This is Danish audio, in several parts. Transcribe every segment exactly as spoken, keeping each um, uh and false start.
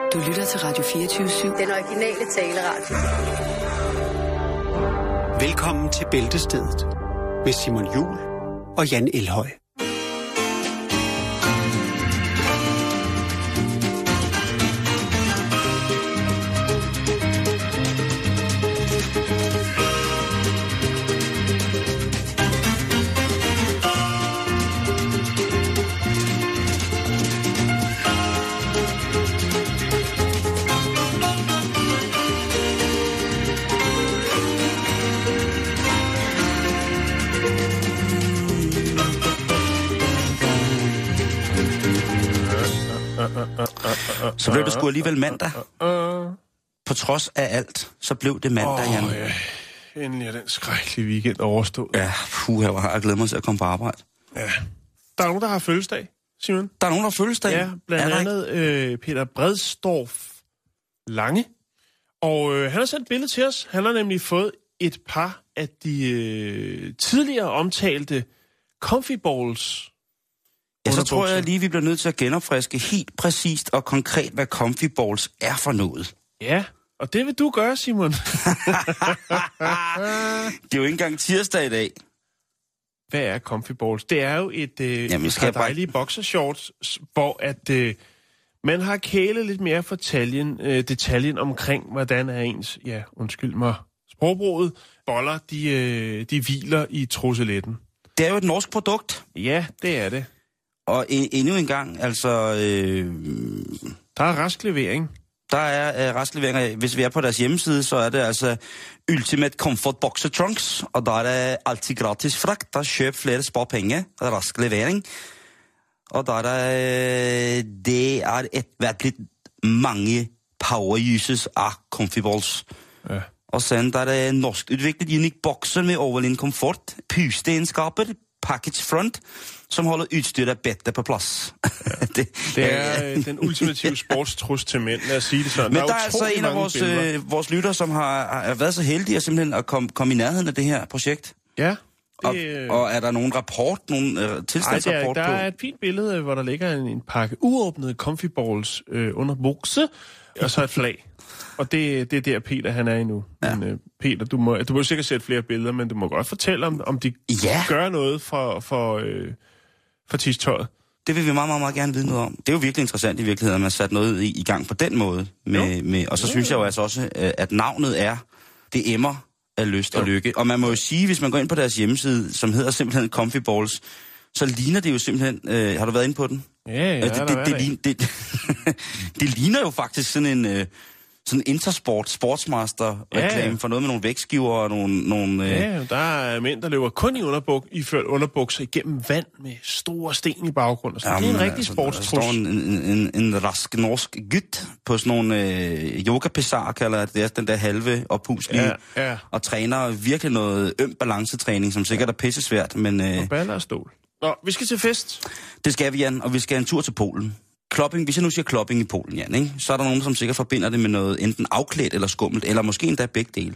Du lytter til Radio fireogtyve syv. Den originale taleradio. Velkommen til Bæltestedet med Simon Juhl og Jan Elhøj. Så blev det sgu alligevel mandag. På trods af alt, så blev det mandag, Åh, Jan. oh, ja. Endelig er den skrækkelige weekend overstået. Ja, puh, hvor har jeg glædet mig til at komme på arbejde. Ja. Der er nogen, der har fødselsdag, Simon. Der er nogen, der har fødselsdag. Ja, blandt andet øh, Peter Bredstorff Lange. Og øh, han har sendt et billede til os. Han har nemlig fået et par af de øh, tidligere omtalte comfy balls. Ja, så tror jeg lige, vi bliver nødt til at genopfriske helt præcist og konkret, hvad comfy balls er for noget. Ja, og det vil du gøre, Simon. Det er jo ikke engang tirsdag i dag. Hvad er comfy balls? Det er jo et øh, Jamen, par dejlige bare... boxershorts, hvor at øh, man har kælet lidt mere for detaljen, øh, detaljen omkring, hvordan er ens, ja, undskyld mig, sprogbruget, boller, de, øh, de hviler i trusseletten. Det er jo et norsk produkt. Ja, det er det. Og en, endnu en gang, altså... Øh, der er rask levering. Der er øh, rask levering. Hvis vi er på deres hjemmeside, så er det altså Ultimate Comfort Boxer Trunks. Og der er det altid gratis frakt. Der køb flere, spar penge. Der er rask levering. Og der er øh, det er et virkelig mange power uses af comfy balls. Ja. Og sen der er det norsk udviklet Unique Boxer med overlin komfort, pusteegenskaper, package front, som holder udstyret bedre på plads. Ja. det, det er øh, den ultimative sportstrus til mænd, lad os sige det sådan. Men der, der er, er altså en af vores, øh, vores lytter, som har, har været så heldig at simpelthen at komme kom i nærheden af det her projekt. Ja. Det, og, og er der nogen rapport, nogen øh, tilstandsrapport på? Der er et fint billede, hvor der ligger en, en pakke uåbnede comfy balls øh, under bukse, og så et flag. Og det, det er der, Peter han er i nu. Ja. Men, øh, Peter, du må, du må sikkert sætte flere billeder, men du må godt fortælle, om, om de ja. gør noget for, for, øh, for tistøjet. Det vil vi meget, meget, meget gerne vide noget om. Det er jo virkelig interessant i virkeligheden, at man sat noget i, i gang på den måde. Med, med, og så ja. synes jeg jo altså også, at navnet er, det emmer af lyst jo. og lykke. Og man må jo sige, hvis man går ind på deres hjemmeside, som hedder simpelthen Comfy Balls, så ligner det jo simpelthen... Øh, har du været inde på den? Ja, ja, det, det, det, det, ligner, det, det ligner jo faktisk sådan en... Øh, sådan en Intersport sportsmaster-reklame ja, ja. for noget med nogle vægtskiver og nogle... nogle øh... Ja, der er mænd, der løber kun i underbuk, iført underbukser igennem vand med store sten i baggrunden. Så Jamen, det er en rigtig altså, sportstrus. Der står en, en, en, en rask norsk gut på sådan nogle øh, yoga-pesar, kalder det. Det er den der halve ophuslige. Ja, ja. Og træner virkelig noget øm balancetræning, som sikkert ja. er pissesvært, men... Øh... Og baller og stol. Nå, vi skal til fest. Det skal vi, Jan, og vi skal en tur til Polen. Klopping, hvis jeg nu siger klopping i Polen, Jan, ikke? Så er der nogen, som sikkert forbinder det med noget enten afklædt eller skummelt, eller måske endda begge dele.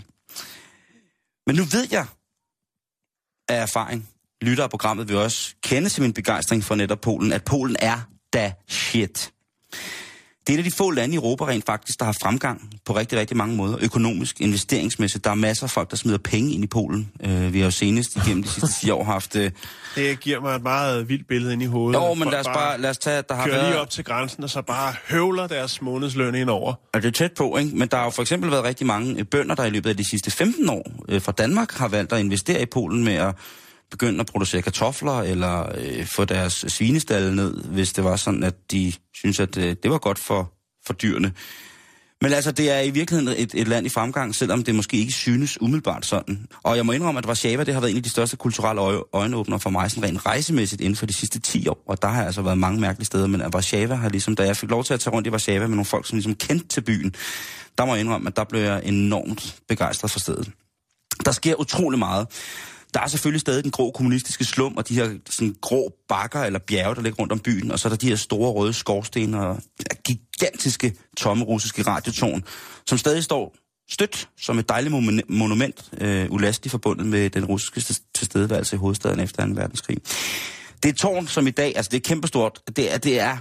Men nu ved jeg af erfaring, lytter af programmet vil også kende til min begejstring for netop Polen, at Polen er da shit. Det er et af de få lande i Europa rent faktisk, der har fremgang på rigtig, rigtig mange måder. Økonomisk, investeringsmæssigt. Der er masser af folk, der smider penge ind i Polen. Uh, vi har jo senest igennem de sidste ti år haft... Uh... Det giver mig et meget vildt billede ind i hovedet. Jo, men lad os bare lad os tage... Der har kører været... lige op til grænsen, og så bare høvler deres månedsløn ind over. Og det er tæt på, ikke? Men der har jo for eksempel været rigtig mange bønder, der i løbet af de sidste femten år uh, fra Danmark har valgt at investere i Polen med at begynde at producere kartofler, eller øh, få deres svinestalde ned, hvis det var sådan, at de synes, at øh, det var godt for, for dyrene. Men altså, det er i virkeligheden et, et land i fremgang, selvom det måske ikke synes umiddelbart sådan. Og jeg må indrømme, at Warszawa, det har været en af de største kulturelle øjenåbner for mig, sådan rent rejsemæssigt inden for de sidste ti år. Og der har altså været mange mærkelige steder, men at Warszawa har ligesom, da jeg fik lov til at tage rundt i Warszawa med nogle folk, som ligesom kendte til byen, der må jeg indrømme, at der blev jeg enormt begejstret for stedet. Der sker utrolig meget. Der er selvfølgelig stadig den grå kommunistiske slum, og de her sådan grå bakker eller bjerge, der ligger rundt om byen, og så er der de her store røde skorstene og gigantiske tomme russiske radiotårn, som stadig står stødt som et dejligt monument, øh, ulasteligt forbundet med den russiske tilstedeværelse i hovedstaden efter anden verdenskrig. Det er et tårn, som i dag, altså det er kæmpestort, det er, det er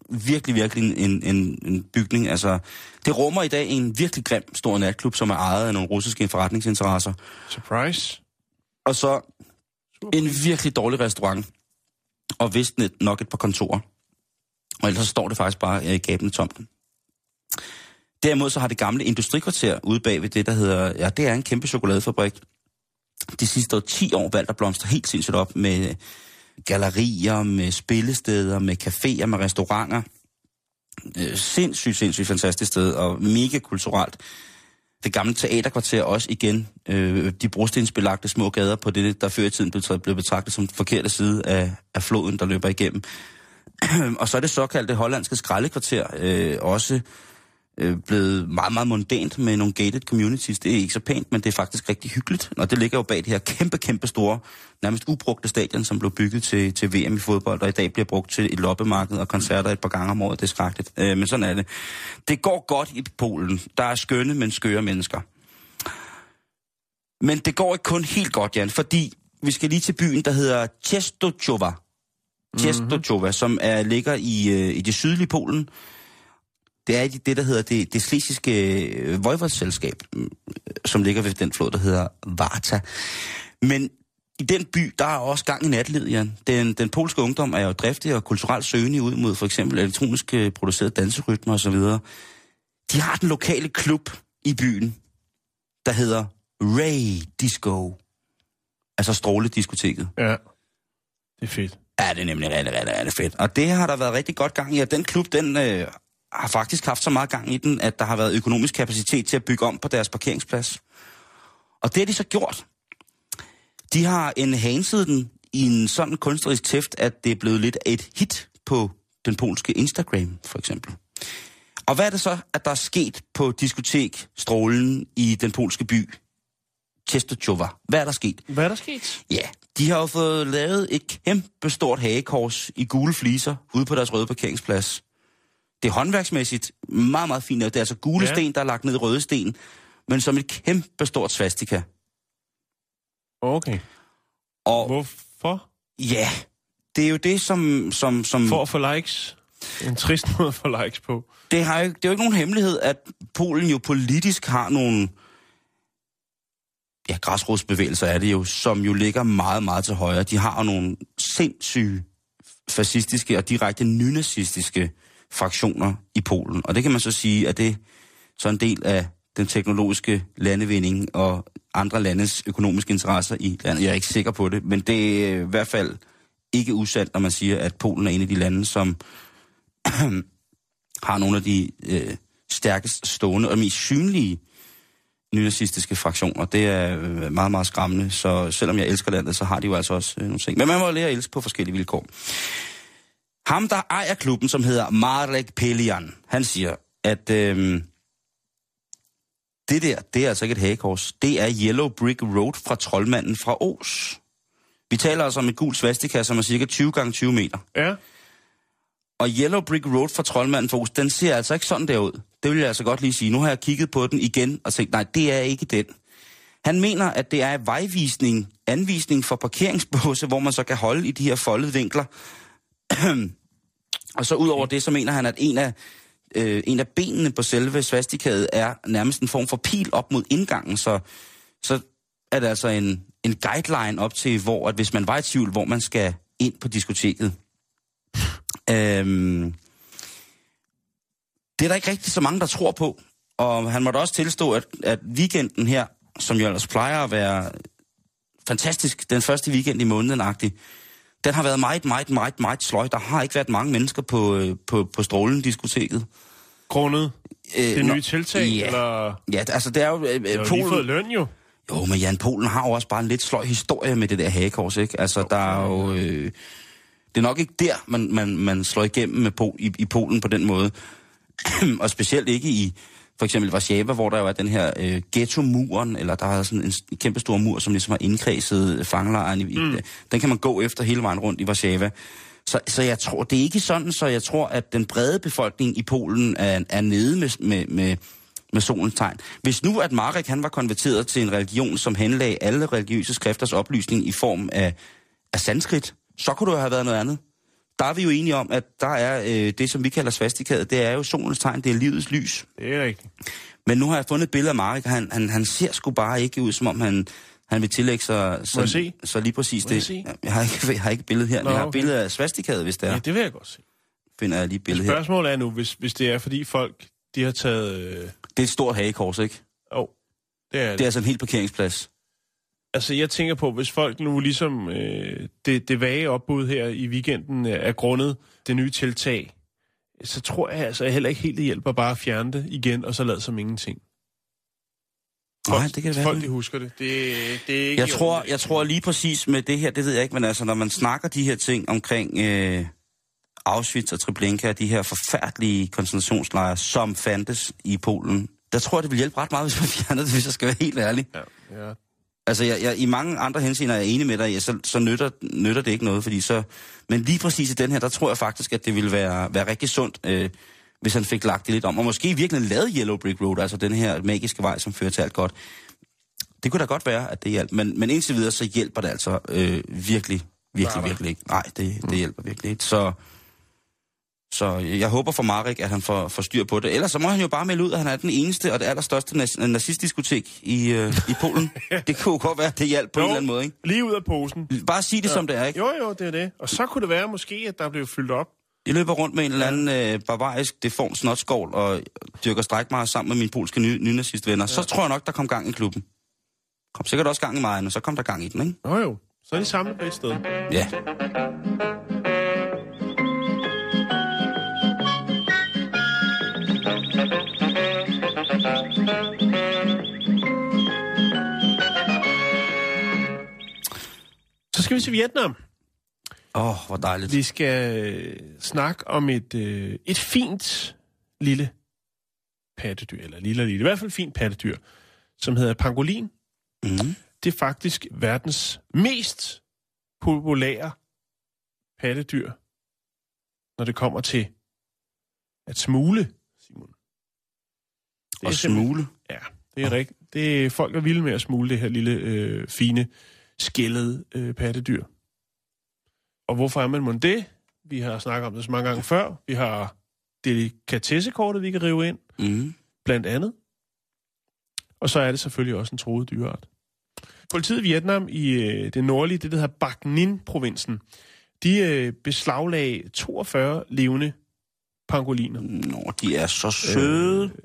virkelig, virkelig en, en, en bygning. Altså, det rummer i dag en virkelig grim stor natklub, som er ejet af nogle russiske forretningsinteresser. Surprise. Og så en virkelig dårlig restaurant. Og vist nok et par kontorer. Og ellers står det faktisk bare i gabende tomt. Derimod så har det gamle industrikvarter ude bag ved det, der hedder... Ja, det er en kæmpe chokoladefabrik. De sidste ti år valgte at blomstre helt sindssygt op med gallerier, med spillesteder, med caféer, med restauranter. Øh, sindssygt, sindssygt fantastisk sted, og mega kulturelt. Det gamle teaterkvarter også igen. Øh, de brostensbelagte små gader på det, der før i tiden blev, blev betragtet som den forkerte side af, af floden, der løber igennem. Og så er det såkaldte hollandske skraldekvarter øh, også øh, blevet meget, meget mondænt med nogle gated communities. Det er ikke så pænt, men det er faktisk rigtig hyggeligt. Og det ligger jo bag det her kæmpe, kæmpe store, nærmest ubrugte stadion, som blev bygget til, til V M i fodbold, og i dag bliver brugt til et loppemarked og koncerter et par gange om året. Det er skrækkeligt. Øh, men sådan er det. Det går godt i Polen. Der er skønne, men skøre mennesker. Men det går ikke kun helt godt, Jan, fordi vi skal lige til byen, der hedder Częstochowa. Częstochowa, mm-hmm. som er, ligger i, øh, i det sydlige Polen. Det er det, der hedder det, det slesiske øh, Vojvodselskab, som ligger ved den flod, der hedder Warta. Men i den by, der er også gang i natlivet, Jan. Den, den polske ungdom er jo driftig og kulturelt søgende ud mod for eksempel elektronisk produceret danserytmer og så videre. De har den lokale klub i byen, der hedder Ray Disco. Altså strålediskoteket. Ja, det er fedt. Ja, det er nemlig rigtig, rigtig, rigtig fedt. Og det har der været rigtig godt gang i, og den klub, den øh, har faktisk haft så meget gang i den, at der har været økonomisk kapacitet til at bygge om på deres parkeringsplads. Og det har de så gjort. De har enhanset den i en sådan kunstnerisk tæft, at det er blevet lidt et hit på den polske Instagram, for eksempel. Og hvad er det så, at der er sket på diskotek Strålen i den polske by Częstochowa? Hvad er der sket? Hvad er der sket? Ja, de har jo fået lavet et kæmpe stort hagekors i gule fliser ude på deres røde parkeringsplads. Det er håndværksmæssigt meget, meget fint. Det er altså gule ja. sten, der er lagt ned i røde sten, men som et kæmpe stort svastika. Okay. Og hvorfor? Ja, det er jo det, som... som, som For at få likes. En trist måde at få likes på. Det, har jo, det er jo ikke nogen hemmelighed, at Polen jo politisk har nogle... Ja, græsrodsbevægelser er det jo, som jo ligger meget, meget til højre. De har jo nogle sindssyge fascistiske og direkte nynazistiske fraktioner i Polen. Og det kan man så sige, at det er så en del af den teknologiske landevinding og andre landes økonomiske interesser i landet. Jeg er ikke sikker på det, men det er i hvert fald ikke usandt, når man siger, at Polen er en af de lande, som har nogle af de øh, stærkest stående og mest synlige nynazistiske fraktioner. Det er meget, meget skræmmende. Så selvom jeg elsker landet, så har de jo altså også øh, nogle ting. Men man må lære at elske på forskellige vilkår. Ham, der ejer klubben, som hedder Marek Pelian, han siger, at øh, det der, det er altså ikke et hagekors. Det er Yellow Brick Road fra Troldmanden fra Ås. Vi taler altså om et gult svastika, som er cirka tyve gange tyve meter. Ja. Og Yellow Brick Road fra Troldmanden fra Ås, den ser altså ikke sådan der ud. Det vil jeg altså godt lige sige. Nu har jeg kigget på den igen og tænkt, nej, det er ikke den. Han mener, at det er vejvisning, anvisning for parkeringsbåse, hvor man så kan holde i de her foldede vinkler. Og så ud over det, så mener han, at en af, øh, en af benene på selve svastikaet er nærmest en form for pil op mod indgangen. Så, så er det altså en, en guideline op til, hvor at hvis man var i tvivl, hvor man skal ind på diskoteket. øhm, det er der ikke rigtig så mange, der tror på. Og han måtte også tilstå, at, at weekenden her, som jo ellers plejer at være fantastisk, den første weekend i måneden-agtig, den har været meget, meget, meget, meget sløj. Der har ikke været mange mennesker på, på, på Strålen-diskoteket. Grundet øh, det nye nå, tiltag? Ja, eller? Ja, altså det er jo... Øh, det har Polen, lige fået løn jo. Jo, men Jan, Polen har jo også bare en lidt sløj historie med det der hagekors, ikke? Altså, okay. Der er jo... Øh, det er nok ikke der, man, man, man slår igennem med Pol, i, i Polen på den måde. Og specielt ikke i... For eksempel Warszawa, hvor der jo er den her øh, ghetto-muren, eller der er sådan en, en kæmpe stor mur, som ligesom har indkredset fangelejren. I, mm. Den kan man gå efter hele vejen rundt i Warszawa. Så, så jeg tror, det er ikke sådan, så jeg tror, at den brede befolkning i Polen er, er nede med, med, med, med solens tegn. Hvis nu, at Marek han var konverteret til en religion, som henlagde alle religiøse skrifters oplysning i form af, af sanskrit, så kunne det jo have været noget andet. der er vi jo enige om, at der er øh, det, som vi kalder svastikaet, det er jo solens tegn, det er livets lys. Det er rigtigt. Men nu har jeg fundet et billede af Marek, og han, han, han ser sgu bare ikke ud, som om han, han vil tillægge sig så, se? så lige præcis Må det. Jeg, jeg, har ikke, jeg har ikke billedet her, Nå, jeg har okay. billedet af svastikaet, hvis det er. Ja, det vil jeg godt se. Finder jeg lige billedet her. Spørgsmålet er nu, hvis, hvis det er, fordi folk, de har taget... Øh... Det er et stort hagekors, ikke? Åh, oh, det er det. Det er altså en helt parkeringsplads. Altså, jeg tænker på, hvis folk nu ligesom øh, det, det vage opbud her i weekenden er grundet det nye tiltag, så tror jeg altså heller ikke helt, det hjælper bare at fjerne det igen, og så lade som ingenting. Folk, Nej, det kan det være. Folk, de husker det. Det, det er ikke... Jeg tror, jeg tror lige præcis med det her, det ved jeg ikke, men altså, når man snakker de her ting omkring øh, Auschwitz og Treblinka, de her forfærdelige koncentrationslejre, som fandtes i Polen, der tror jeg, det vil hjælpe ret meget, hvis man fjerner det, hvis jeg skal være helt ærlig. Ja, ja. Altså, jeg, jeg, i mange andre henseender er jeg enig med dig, ja, så, så nytter, nytter det ikke noget, fordi så... Men lige præcis i den her, der tror jeg faktisk, at det ville være, være rigtig sundt, øh, hvis han fik lagt det lidt om. Og måske virkelig lavet Yellow Brick Road, altså den her magiske vej, som fører til alt godt. Det kunne da godt være, at det hjælper. Men, men indtil videre, så hjælper det altså øh, virkelig, virkelig, virkelig ikke. Nej, det, det hjælper virkelig ikke. Så... Så jeg håber for Marek, at han får, får styr på det. Ellers så må han jo bare melde ud, at han er den eneste og det allerstørste nas- nazistdiskotek i, øh, i Polen. Det kunne jo godt være, at det hjalp på jo, en eller anden måde, ikke? Lige ud af posen. Bare sig det, ja. Som det er, ikke? Jo, jo, det er det. Og så kunne det være måske, at der blev fyldt op. Jeg løber rundt med en eller anden øh, barbarisk deform snotskål og dyrker strækmager sammen med mine polske ny- nynazistvenner. Ja. Så tror jeg nok, der kom gang i klubben. Kom sikkert også gang i mig, og så kom der gang i den, ikke? Nå jo, så er de samlet på et sted. Ja. Så skal vi til Vietnam. Åh, oh, hvor dejligt. Vi skal øh, snakke om et, øh, et fint lille pattedyr, eller lille lille, i hvert fald fint pattedyr, som hedder pangolin. Mm. Det er faktisk verdens mest populære pattedyr, når det kommer til at smule, Simon. Og smule? Ja, det er oh. rigtigt. Det er, folk er vilde med at smule det her lille, øh, fine, skællede øh, pattedyr. Og hvorfor er man mon det? Vi har snakket om det så mange gange før. Vi har delikatessekortet, vi kan rive ind, mm. blandt andet. Og så er det selvfølgelig også en truet dyreart. Politiet i Vietnam i øh, det nordlige, det der hedder Bac Ninh-provinsen, de øh, beslaglagde toogfyrre levende pangoliner. Nå, de er så søde. Øh,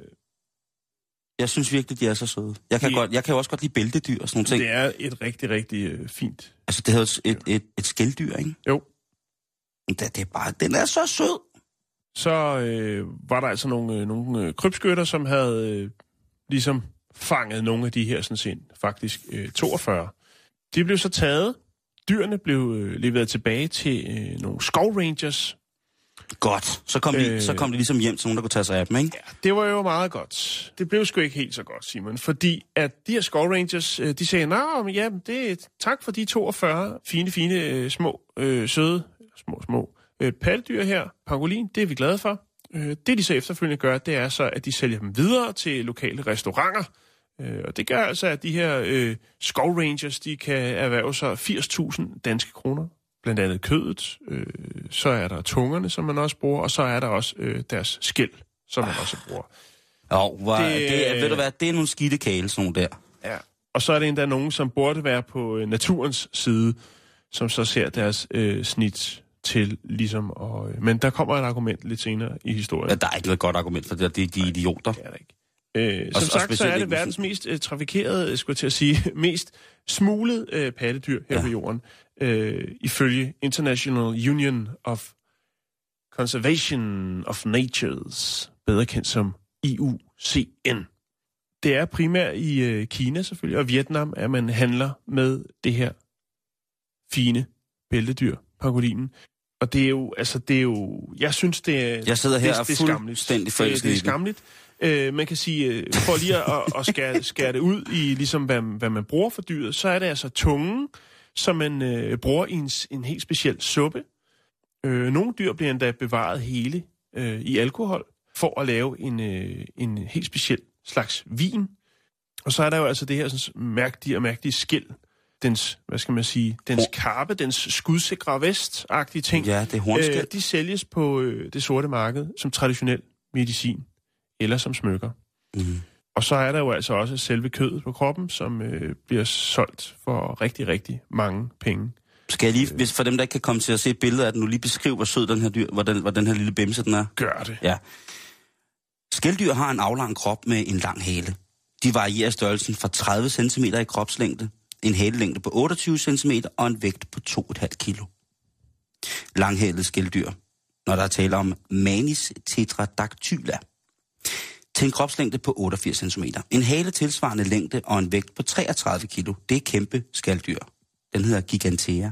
jeg synes virkelig, de er så søde. Jeg kan, de, godt, jeg kan jo også godt lide bæltedyr og sådan nogle ting. Det er et rigtig, rigtig øh, fint. Altså, det hedder et, et, et skælddyr, ikke? Jo. Det, det er bare, den er så sød. Så øh, var der altså nogle, øh, nogle øh, krybskytter, som havde øh, ligesom fanget nogle af de her, sådan set, faktisk øh, toogfyrre. De blev så taget. Dyrene blev øh, leveret tilbage til øh, nogle skovrangers. Godt. Så kom, de, øh, så kom de ligesom hjem til nogen, der kunne tage sig af dem, ikke? Ja, det var jo meget godt. Det blev sgu ikke helt så godt, Simon. Fordi at de her skovrangers, øh, de sagde, nå, men ja, det, tak for de toogfyrre fine, fine, øh, små, øh, søde, små, små øh, pattedyr her, pangolin, det er vi glade for. Øh, det de så efterfølgende gør, det er så, at de sælger dem videre til lokale restauranter. Øh, og det gør altså, at de her øh, skovrangers, de kan erhverve sig firs tusind danske kroner. Blandt andet kødet, øh, så er der tungerne, som man også bruger, og så er der også øh, deres skæld, som man også bruger. Jo, hvor, det, det, ved du hvad, det er nogle skidte kæle, sådan nogle der. Ja, og så er det endda nogen, som burde være på øh, naturens side, som så ser deres øh, snit til ligesom, og, øh, men der kommer et argument lidt senere i historien. Ja, der er ikke noget godt argument for det, det er de idioter. Det er der ikke. Øh, som og, sagt, og så er det verdens mest øh, trafikerede, skulle jeg til at sige, mest smuglet øh, pattedyr her ja. på jorden, øh, ifølge International Union of Conservation of Natures, bedre kendt som I U C N. Det er primært i øh, Kina selvfølgelig, og Vietnam, at man handler med det her fine bæltedyr, pangolinen. Og det er jo, altså det er jo, jeg synes det er... Jeg sidder her det, og det er fuldstændig forelsket. Det, det er skamligt. Uh, man kan sige, uh, for lige at, at skære, skære det ud i, ligesom hvad, hvad man bruger for dyret, så er det altså tungen, som man uh, bruger i en, en helt speciel suppe. Uh, nogle dyr bliver endda bevaret hele uh, i alkohol, for at lave en, uh, en helt speciel slags vin. Og så er der jo altså det her sådan, mærkelige og mærkelige skæld, dens, hvad skal man sige, dens kappe, dens skudsikre vest-agtige ting. Ja, det er hornskæld. Øh, de sælges på øh, det sorte marked som traditionel medicin eller som smykker. Mm. Og så er der jo altså også selve kødet på kroppen, som øh, bliver solgt for rigtig, rigtig mange penge. Skal jeg lige, hvis for dem, der ikke kan komme til at se et billede af den, nu lige beskrive, hvor sød den her dyr, hvor den, hvor den her lille bimse den er? Gør det. Ja. Skældyr har en aflang krop med en lang hale. De varierer størrelsen fra tredive centimeter i kropslængde, en halelængde på otteogtyve centimeter og en vægt på to komma fem kilo. Langhælede skældyr, når der er tale om Manis tetradactyla, til en kropslængde på otteogfirs centimeter. En hale tilsvarende længde og en vægt på treogtredive kilo. Det er kæmpe skældyr. Den hedder Gigantea.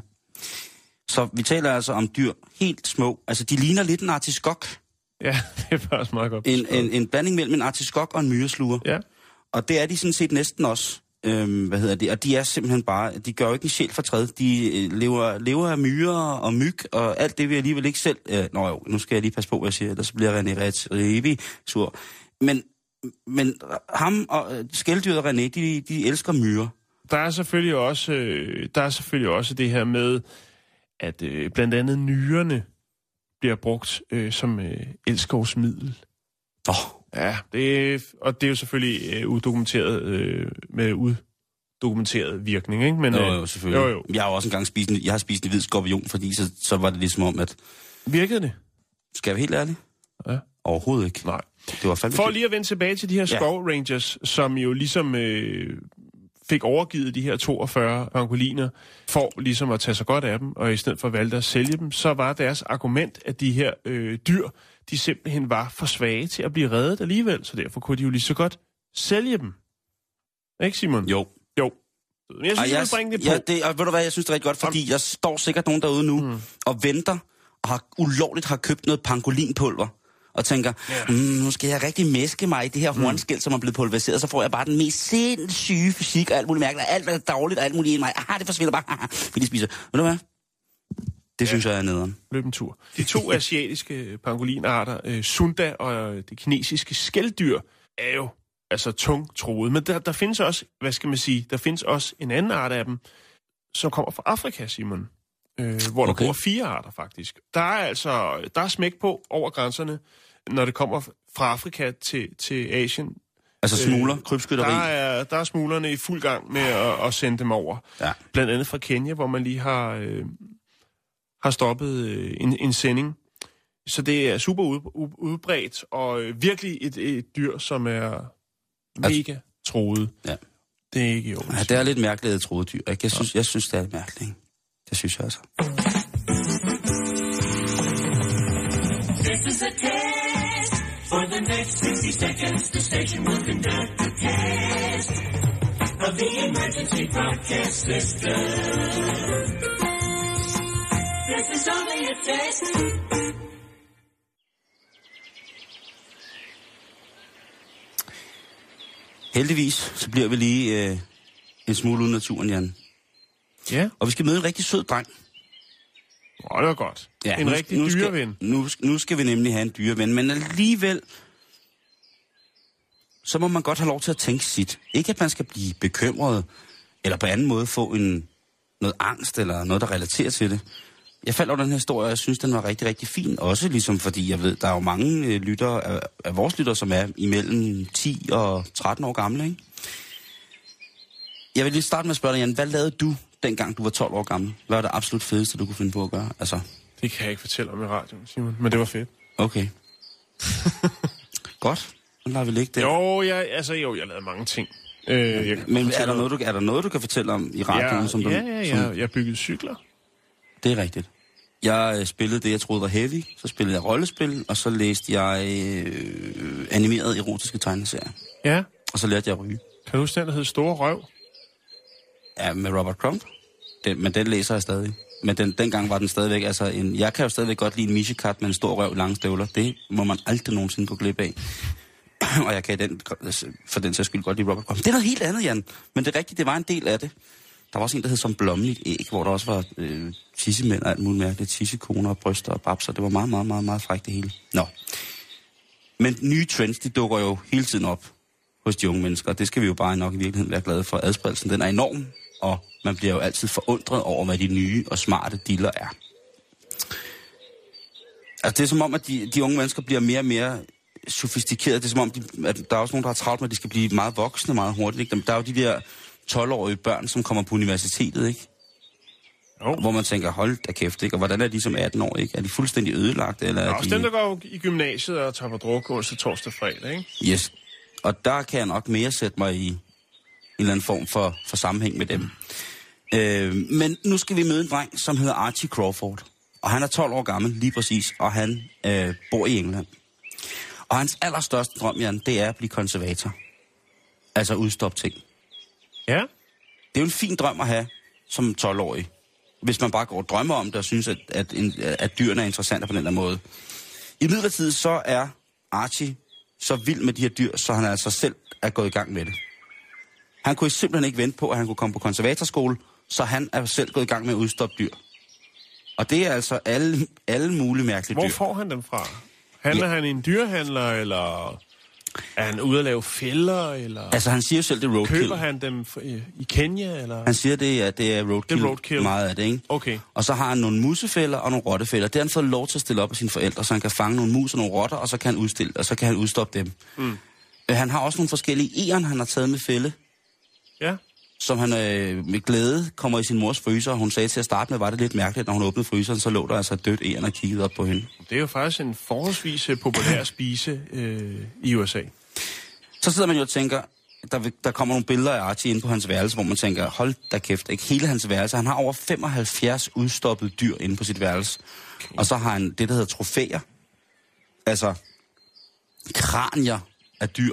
Så vi taler altså om dyr helt små. Altså, de ligner lidt en artiskok. Ja, det er faktisk meget godt. En, en, en blanding mellem en artiskok og en myresluger. Ja. Og det er de sådan set næsten også. Øhm, hvad hedder det? Og de er simpelthen bare, de gør jo ikke en sjæl for træd. De øh, lever, lever af myrer og myg, og alt det vil jeg alligevel ikke selv... Øh, nå jo, nu skal jeg lige passe på, hvad jeg siger, ellers bliver René Redzepi sur. Men, men ham og øh, skældyret og René, de, de elsker myrer. Der er selvfølgelig også, øh, der er selvfølgelig også det her med, at øh, blandt andet nyrerne bliver brugt øh, som øh, elskovsmiddel. Åh. Oh. Ja, det, og det er jo selvfølgelig øh, udokumenteret, øh, med uddokumenteret virkning, ikke? Men, jo, jo, selvfølgelig. Jo, jo. Jeg har også engang spist en, jeg har spist en hvid skorpion, fordi så, så var det ligesom om, at... Virkede det? Skal jeg være helt ærlig? Ja. Overhovedet ikke. Nej. Det var fandme... For lige at vende tilbage til de her skovrangers, ja. Som jo ligesom øh, fik overgivet de her toogfyrre pangoliner, for ligesom at tage sig godt af dem, og i stedet for valgte at sælge dem, så var deres argument, at de her øh, dyr, de simpelthen var for svage til at blive reddet alligevel, så derfor kunne de jo lige så godt sælge dem. Ikke, Simon? Jo. Jo. Men jeg synes, jeg, jeg vil bringe det på. Ja, det, og ved du hvad, jeg synes det er rigtig godt, fordi Om... jeg står sikkert nogen derude nu mm. og venter, og har ulovligt har købt noget pangolinpulver, og tænker, yeah. mm, nu skal jeg rigtig mæske mig i det her hornskæld, mm. som er blevet pulveriseret, så får jeg bare den mest sindssyge fysik og alt muligt mærkeligt, alt hvad der er dårligt og alt muligt i mig. Ah, det forsvinder bare, fordi de spiser. Ved du hvad? Det synes ja. jeg er nederen. Løb en tur. De to asiatiske pangolinarter, øh, Sunda og det kinesiske skældyr, er jo altså tungtroede. Men der, der findes også, hvad skal man sige, der findes også en anden art af dem, som kommer fra Afrika, Simon. Øh, hvor der okay. bor fire arter, faktisk. Der er altså, der er smæk på over grænserne, når det kommer fra Afrika til, til Asien. Altså smugler, øh, krybskytteri? Der er, der er smuglerne i fuld gang med at, at sende dem over. Ja. Blandt andet fra Kenya, hvor man lige har... Øh, har stoppet øh, en, en sending. Så det er super ud, udbredt, og øh, virkelig et, et dyr, som er mega altså, troet. Ja. Det er ikke jo. Ja, det er lidt mærkeligt at troede dyr. Jeg synes, ja. jeg synes, det er lidt mærkeligt. Ikke? Det synes jeg altså. This is a test. For the next sixty seconds, the station will conduct a test of the emergency broadcast system. This is only a test. Heldigvis, så bliver vi lige øh, en smule ude i naturen, Jan. Ja. Og vi skal møde en rigtig sød dreng. Åh, det var godt. Ja, en nu, rigtig nu skal, dyreven. Nu, nu skal vi nemlig have en dyreven, men alligevel, så må man godt have lov til at tænke sit. Ikke at man skal blive bekymret, eller på anden måde få en, noget angst, eller noget, der relaterer til det. Jeg faldt over den her historie, og jeg synes, den var rigtig, rigtig fin. Også ligesom fordi, jeg ved, der er jo mange øh, lyttere af, af vores lyttere, som er imellem ti og tretten år gamle, ikke? Jeg vil lige starte med at spørge dig, Jan, hvad lavede du, dengang du var tolv år gammel? Hvad var det absolut fedeste, du kunne finde på at gøre? Altså... Det kan jeg ikke fortælle om i radioen, Simon, men det var fedt. Okay. Godt. Så lader vi ligge der. Jo, jeg, altså, jo, jeg lavede mange ting. Øh, jeg men er der, noget, du, er der noget, du kan fortælle om i radioen? Ja, som du, ja, ja, som... jeg, jeg byggede cykler. Det er rigtigt. Jeg øh, spillede det, jeg troede var heavy. Så spillede jeg rollespil, og så læste jeg øh, animerede erotiske tegneserier. Ja. Og så lærte jeg at ryge. Kan du huske den, der hed Store Røv? Ja, med Robert Crumb. Den, men den læser jeg stadig. Men den, dengang var den stadigvæk, altså en... Jeg kan jo stadigvæk godt lide en michekat med en stor røv, lange støvler. Det må man aldrig nogensinde gå glip af. Og jeg kan den, for den sags skyld godt lide Robert Crumb. Det er noget helt andet, Jan. Men det er rigtigt, det var en del af det. Der var også en, der hed Som blommen i et æg, hvor der også var øh, tissemænd og alt muligt mærkeligt. Tissekoner og bryster og babser. Det var meget, meget, meget, meget frækt det hele. Nå. Men nye trends, de dukker jo hele tiden op hos de unge mennesker. Det skal vi jo bare nok i virkeligheden være glade for. Adspredelsen, den er enorm. og man bliver jo altid forundret over, hvad de nye og smarte diller er. Altså, det er som om, at de, de unge mennesker bliver mere og mere sofistikerede. Det er som om, de, at der er også nogen, der har travlt med, at de skal blive meget voksne meget hurtigt. Ikke? Der er jo de der tolv-årige børn, som kommer på universitetet, ikke? Jo. Hvor man tænker, hold da kæft, ikke? Og hvordan er de som atten år, ikke? Er de fuldstændig ødelagt? Eller der er er også de... dem, der går i gymnasiet og tager på druk onsdag, torsdag, fredag, ikke? Yes. Og der kan jeg nok mere sætte mig i en eller anden form for, for sammenhæng med dem. Øh, men nu skal vi møde en dreng, som hedder Archie Crawford. Og han er tolv år gammel, lige præcis, og han øh, bor i England. Og hans allerstørste drøm, Jan, det er at blive konservator. Altså udstoppe ting. Ja. Det er jo en fin drøm at have som tolv-årig. Hvis man bare går og drømmer om det og synes, at, at, at dyrene er interessante på den der måde. I midlertid så er Archie så vild med de her dyr, så han altså selv er gået i gang med det. Han kunne simpelthen ikke vente på, at han kunne komme på konservatorskole, så han er selv gået i gang med at udstoppe dyr. Og det er altså alle, alle mulige mærkelige dyr. Hvor får han dem fra? Handler ja. han i en dyrehandler, eller er han ude at lave fælder, eller... Altså, han siger jo selv, det er roadkill. Køber han dem i Kenya, eller... Han siger, det er, det er roadkill, det er roadkill. Meget af det, ikke? Okay. Og så har han nogle musefælder og nogle rottefælder. Det har han fået lov til at stille op af sine forældre, så han kan fange nogle mus og nogle rotter, og så kan han udstille, og så kan han udstoppe dem. Mm. Han har også nogle forskellige egern, han har taget med fælde. Ja. Som han øh, med glæde kommer i sin mors fryser. Hun sagde til at starte med, var det lidt mærkeligt, når hun åbnede fryseren, så lå der altså et dødt egern og kiggede op på hende. Det er jo faktisk en forholdsvis populær spise øh, i U S A. Så sidder man jo og tænker, der, der kommer nogle billeder af Archie inde på hans værelse, hvor man tænker, hold da kæft, ikke hele hans værelse. Han har over femoghalvfjerds udstoppede dyr inde på sit værelse. Okay. Og så har han det, der hedder trofæer. Altså kranier af dyr.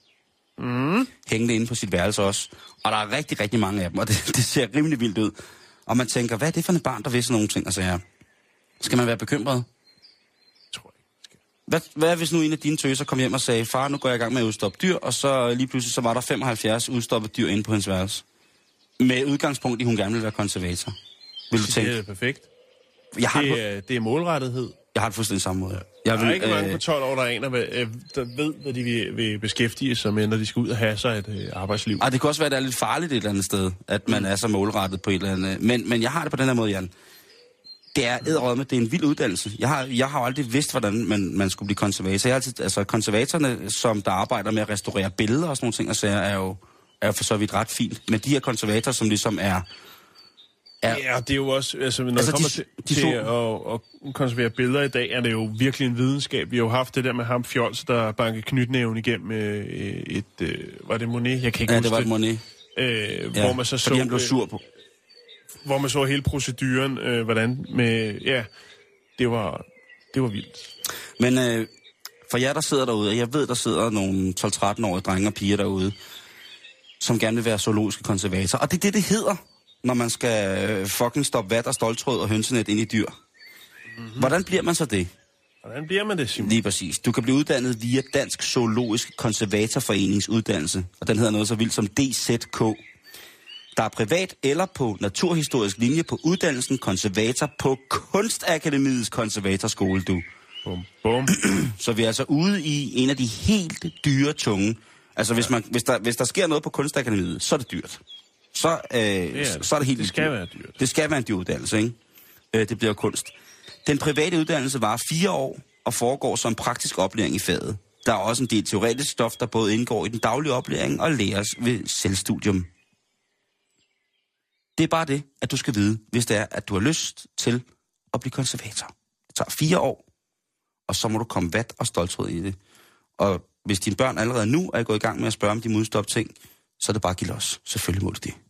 Mm. Hængende inde på sit værelse også. Og der er rigtig, rigtig mange af dem, og det, det ser rimelig vildt ud. Og man tænker, hvad er det for et barn, der vil sådan nogle ting? Altså, ja. Skal man være bekymret? Tror jeg ikke. Hvad, hvad hvis nu en af dine tøser kom hjem og sagde, far, nu går jeg i gang med at udstoppe dyr, og så lige pludselig så var der femoghalvfjerds udstoppede dyr inde på hendes værelse. Med udgangspunkt i, hun gerne ville være konservator. Vil du tænke? Det er perfekt. Jeg har det, er, det er målrettighed. Jeg har det fuldstændig samme måde. Jeg vil, der er ikke mange øh, på tolv år, der aner, der ved, hvad de vil, vil beskæftige sig med, når de skal ud og have sig et øh, arbejdsliv. Og det kan også være, at det er lidt farligt et eller andet sted, at man mm. er så målrettet på et eller andet. Men, men jeg har det på den her måde, Jan. Det er edderrødme, det er en vild uddannelse. Jeg har, jeg har aldrig vidst, hvordan man, man skulle blive konservator. Jeg har altid, altså konservatorerne, som der arbejder med at restaurere billeder og sådan nogle ting, og sager, er jo, er jo for så vidt ret fint. Men de her konservatorer, som ligesom er... er ja, det er jo også... Altså, når altså, det kommer de, til, de til to... at, at konservere billeder i dag, er det jo virkelig en videnskab. Vi har jo haft det der med ham Fjols, der bankede knytnæven igennem øh, et... Øh, var det Monet? Jeg kan ikke ja, huske det. var det Monet. Øh, ja, hvor man så fordi så, han blev sur på. Hvor man så hele proceduren, øh, hvordan med... Ja, det var, det var vildt. Men øh, for jer, der sidder derude, og jeg ved, der sidder nogle tolv-tretten-årige drenge og piger derude, som gerne vil være zoologiske konservatorer. Og det er det, det hedder, når man skal fucking stoppe vat og stoltråd og hønsenet ind i dyr. Mm-hmm. Hvordan bliver man så det? Hvordan bliver man det, Simon? Lige præcis. Du kan blive uddannet via Dansk Zoologisk Konservatorforenings uddannelse, og den hedder noget så vildt som D Z K. Der er privat eller på naturhistorisk linje på uddannelsen konservator på Kunstakademiets konservatorskole, du. Bum, bum. Så vi er altså ude i en af de helt dyre tunge. Altså, ja. hvis, man, hvis, der, hvis der sker noget på Kunstakademiet, så er det dyrt. Så, øh, det er, så er det helt det skal dyrt. være dyrt. Det skal være en dyr uddannelse, ikke? Øh, det bliver kunst. Den private uddannelse varer fire år og foregår som praktisk oplæring i faget. Der er også en del teoretisk stof, der både indgår i den daglige oplæring og læres ved selvstudium. Det er bare det, at du skal vide, hvis det er, at du har lyst til at blive konservator. Det tager fire år, og så må du komme vat og stolthed i det. Og hvis dine børn allerede nu er gået i gang med at spørge, om de må udstoppe ting, så er det bare at give los. Selvfølgelig må du det.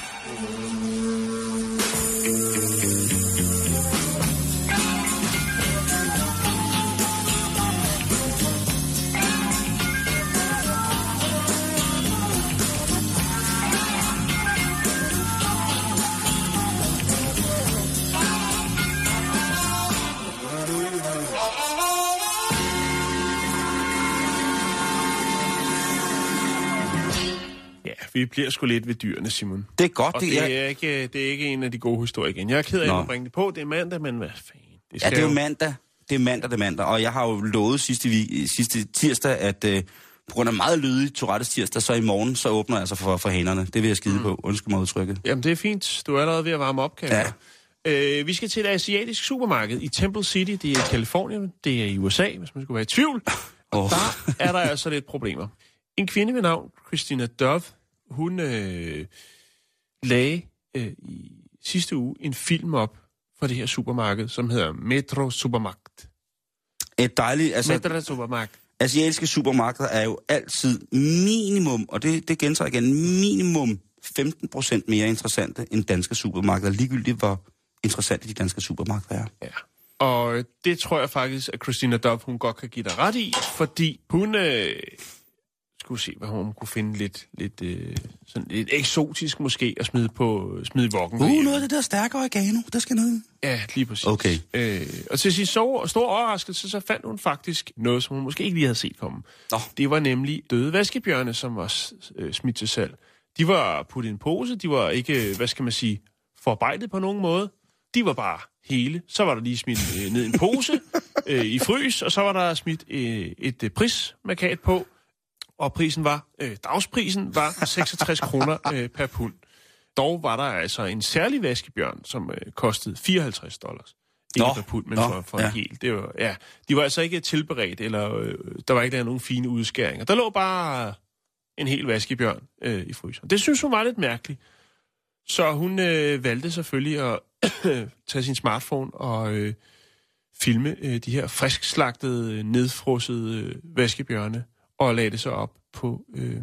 Vi bliver sgu lidt ved dyrene, Simon. Det er godt, og det, det er... er, ikke, det er ikke en af de gode historier igen. Jeg er ked af Nå. at bringe det på. Det er mandag, men hvad fanden? Det ja, det er jo mandag. Det er mandag, det er mandag. Og jeg har jo lovet sidste, sidste tirsdag, at øh, på grund af meget lydig Tourettes tirsdag, så i morgen, så åbner jeg altså for, for hænerne. Det vil jeg skide mm. på. Undskyld mig udtrykket. Jamen, det er fint. Du er allerede ved at varme op, kan jeg. Ja. Øh, vi skal til et asiatisk supermarked i Temple City. Det er i Californien. Det er i U S A, hvis man skulle være i tvivl. Og oh. der er der altså lidt problemer. En kvinde ved navn, Christina Dove, hun øh, lagde øh, i sidste uge en film op for det her supermarked, som hedder Metro Supermarket. Et dejligt... Altså, Metro Supermarket. Asiatiske supermarkeder er jo altid minimum, og det, det gentager igen, minimum femten procent mere interessante end danske supermarkeder, ligegyldigt hvor interessante de danske supermarkeder er. Ja, og det tror jeg faktisk, at Christina Dove, hun godt kan give dig ret i, fordi hun... Øh, skulle se, hvad hun kunne finde lidt, lidt, øh, sådan lidt eksotisk måske at smide på smide i voggen. Uh, noget af det der stærke oregano, der skal ned. Ja, lige præcis. Okay. Øh, og til sidst så stor overraskelse, så fandt hun faktisk noget, som hun måske ikke lige havde set komme. Oh. Det var nemlig døde vaskebjørne, som var øh, smidt til salg. De var puttet i en pose, de var ikke, hvad skal man sige, forarbejdet på nogen måde. De var bare hele. Så var der lige smidt øh, ned i en pose øh, i frys, og så var der smidt øh, et øh, prismarkat på. Og prisen var, øh, dagsprisen var seksogtres kroner øh, per pund. Dog var der altså en særlig vaskebjørn, som øh, kostede fireoghalvtreds dollars. Ikke per pund, men nå, for, for ja. en hel. Det var, ja, de var altså ikke tilberedt, eller øh, der var ikke der nogen fine udskæringer. Der lå bare en hel vaskebjørn øh, i fryseren. Det synes hun var lidt mærkeligt. Så hun øh, valgte selvfølgelig at tage sin smartphone og øh, filme øh, de her friskslagtede, nedfrosede øh, vaskebjørne, og lagde det så op på øh,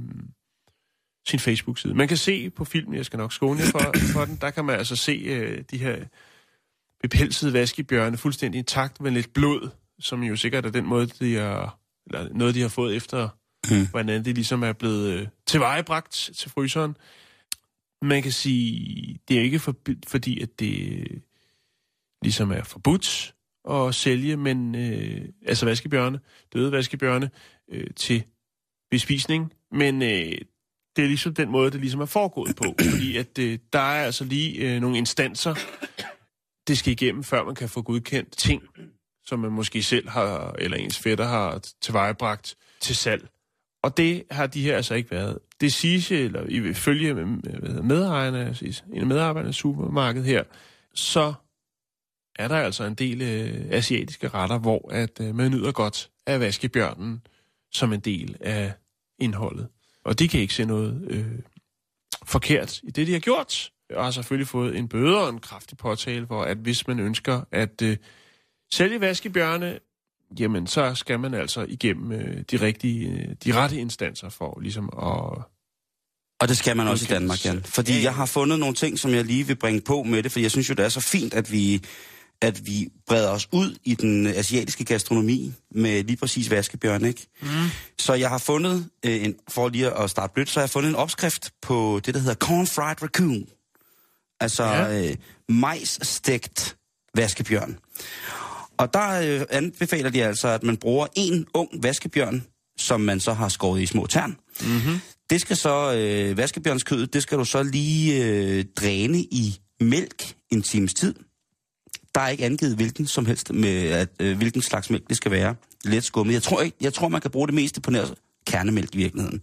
sin Facebook-side. Man kan se på filmen, jeg skal nok skåne jer for, for den, der kan man altså se øh, de her bepelsede vaskebjørne fuldstændig intakt med lidt blod, som jo sikkert er den måde, de har, eller noget, de har fået efter, hmm. hvordan det ligesom er blevet øh, tilvejebragt til fryseren. Man kan sige, det er ikke for, fordi, at det ligesom er forbudt at sælge, men øh, altså vaskebjørne, døde vaskebjørne, øh, til bespisning, men øh, det er ligesom den måde, det ligesom er foregået på, fordi at øh, der er altså lige øh, nogle instanser, det skal igennem, før man kan få godkendt ting, som man måske selv har, eller ens fætter har tilvejebragt til salg. Og det har de her altså ikke været. Det siges, eller ifølge medarbejderne, en af medarbejderne i supermarkedet her, så er der altså en del øh, asiatiske retter, hvor at øh, man nyder godt af vaskebjørnen som en del af indholdet. Og de kan ikke se noget øh, forkert i det, de har gjort. Og har selvfølgelig fået en bøde og en kraftig påtale, hvor at hvis man ønsker at øh, sælge vaskebjørne, jamen så skal man altså igennem øh, de rigtige, øh, de rette instanser for ligesom at... Og det skal man også i Danmark, Jan. Fordi ja, ja. jeg har fundet nogle ting, som jeg lige vil bringe på med det, for jeg synes jo, det er så fint, at vi, at vi breder os ud i den asiatiske gastronomi med lige præcis vaskebjørn, ikke? Mm. Så jeg har fundet, øh, en, for lige at starte blødt, så har jeg fundet en opskrift på det, der hedder corn fried raccoon. Altså ja. øh, majsstegt vaskebjørn. Og der øh, anbefaler de altså, at man bruger en ung vaskebjørn, som man så har skåret i små tern. Mm-hmm. Det skal så, øh, vaskebjørnskødet, det skal du så lige øh, dræne i mælk en times tid. Der er ikke angivet hvilken som helst, med, at, øh, hvilken slags mælk det skal være. Let skummet. Jeg tror, ikke, jeg tror, man kan bruge det meste på nær kernemælk i virkeligheden.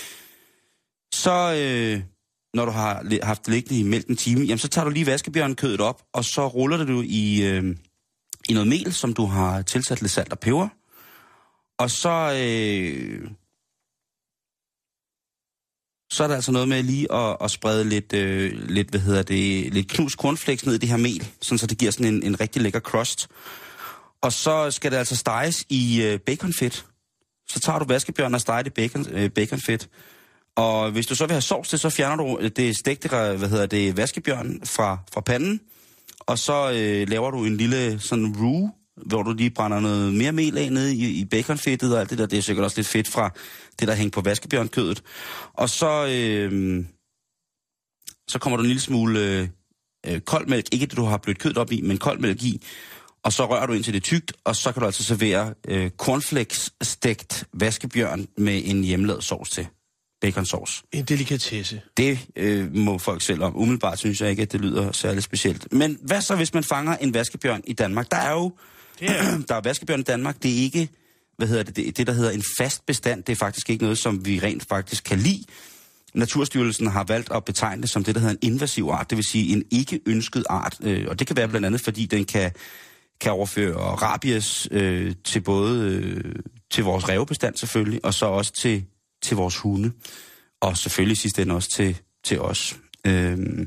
Så øh, når du har haft det liggende i mælk en time, jamen, så tager du lige vaskebjørnkødet op, og så ruller det du i, øh, i noget mel, som du har tilsat lidt salt og peber. Og så... Øh, så er der altså noget med lige at, at sprede lidt, øh, lidt, hvad hedder det, lidt knust cornflakes ned i det her mel, sådan så det giver sådan en, en rigtig lækker crust. Og så skal det altså steges i øh, baconfedt. Så tager du vaskebjørn og steger det bacon, øh, baconfedt. Og hvis du så vil have sovs til, så fjerner du det stegte, hvad hedder det, vaskebjørn fra, fra panden. Og så øh, laver du en lille sådan roux, hvor du lige brænder noget mere mel af nede i, i baconfedtet og alt det der. Det er sikkert også lidt fedt fra det, der hænger på vaskebjørnkødet. Og så, øh, så kommer du en lille smule øh, kold mælk, ikke det, du har blødt kødet op i, men kold mælk i. Og så rører du ind til det tykt, og så kan du altså servere øh, cornflakes-stegt vaskebjørn med en hjemmelavet sovs til. Baconsauce. En delikatesse. Det øh, må folk selv om. Umiddelbart synes jeg ikke, at det lyder særligt specielt. Men hvad så, hvis man fanger en vaskebjørn i Danmark? Der er jo... Yeah. Der er vaskebjørn i Danmark. Det er ikke hvad hedder det, det, det der hedder en fast bestand, det er faktisk ikke noget, som vi rent faktisk kan lide. Naturstyrelsen har valgt at betegne det som det, der hedder en invasiv art, det vil sige en ikke ønsket art. Øh, og det kan være blandt andet, fordi den kan, kan overføre rabies øh, til både øh, til vores rævebestand selvfølgelig, og så også til, til vores hunde. Og selvfølgelig sidst ende også til, til os. Øh,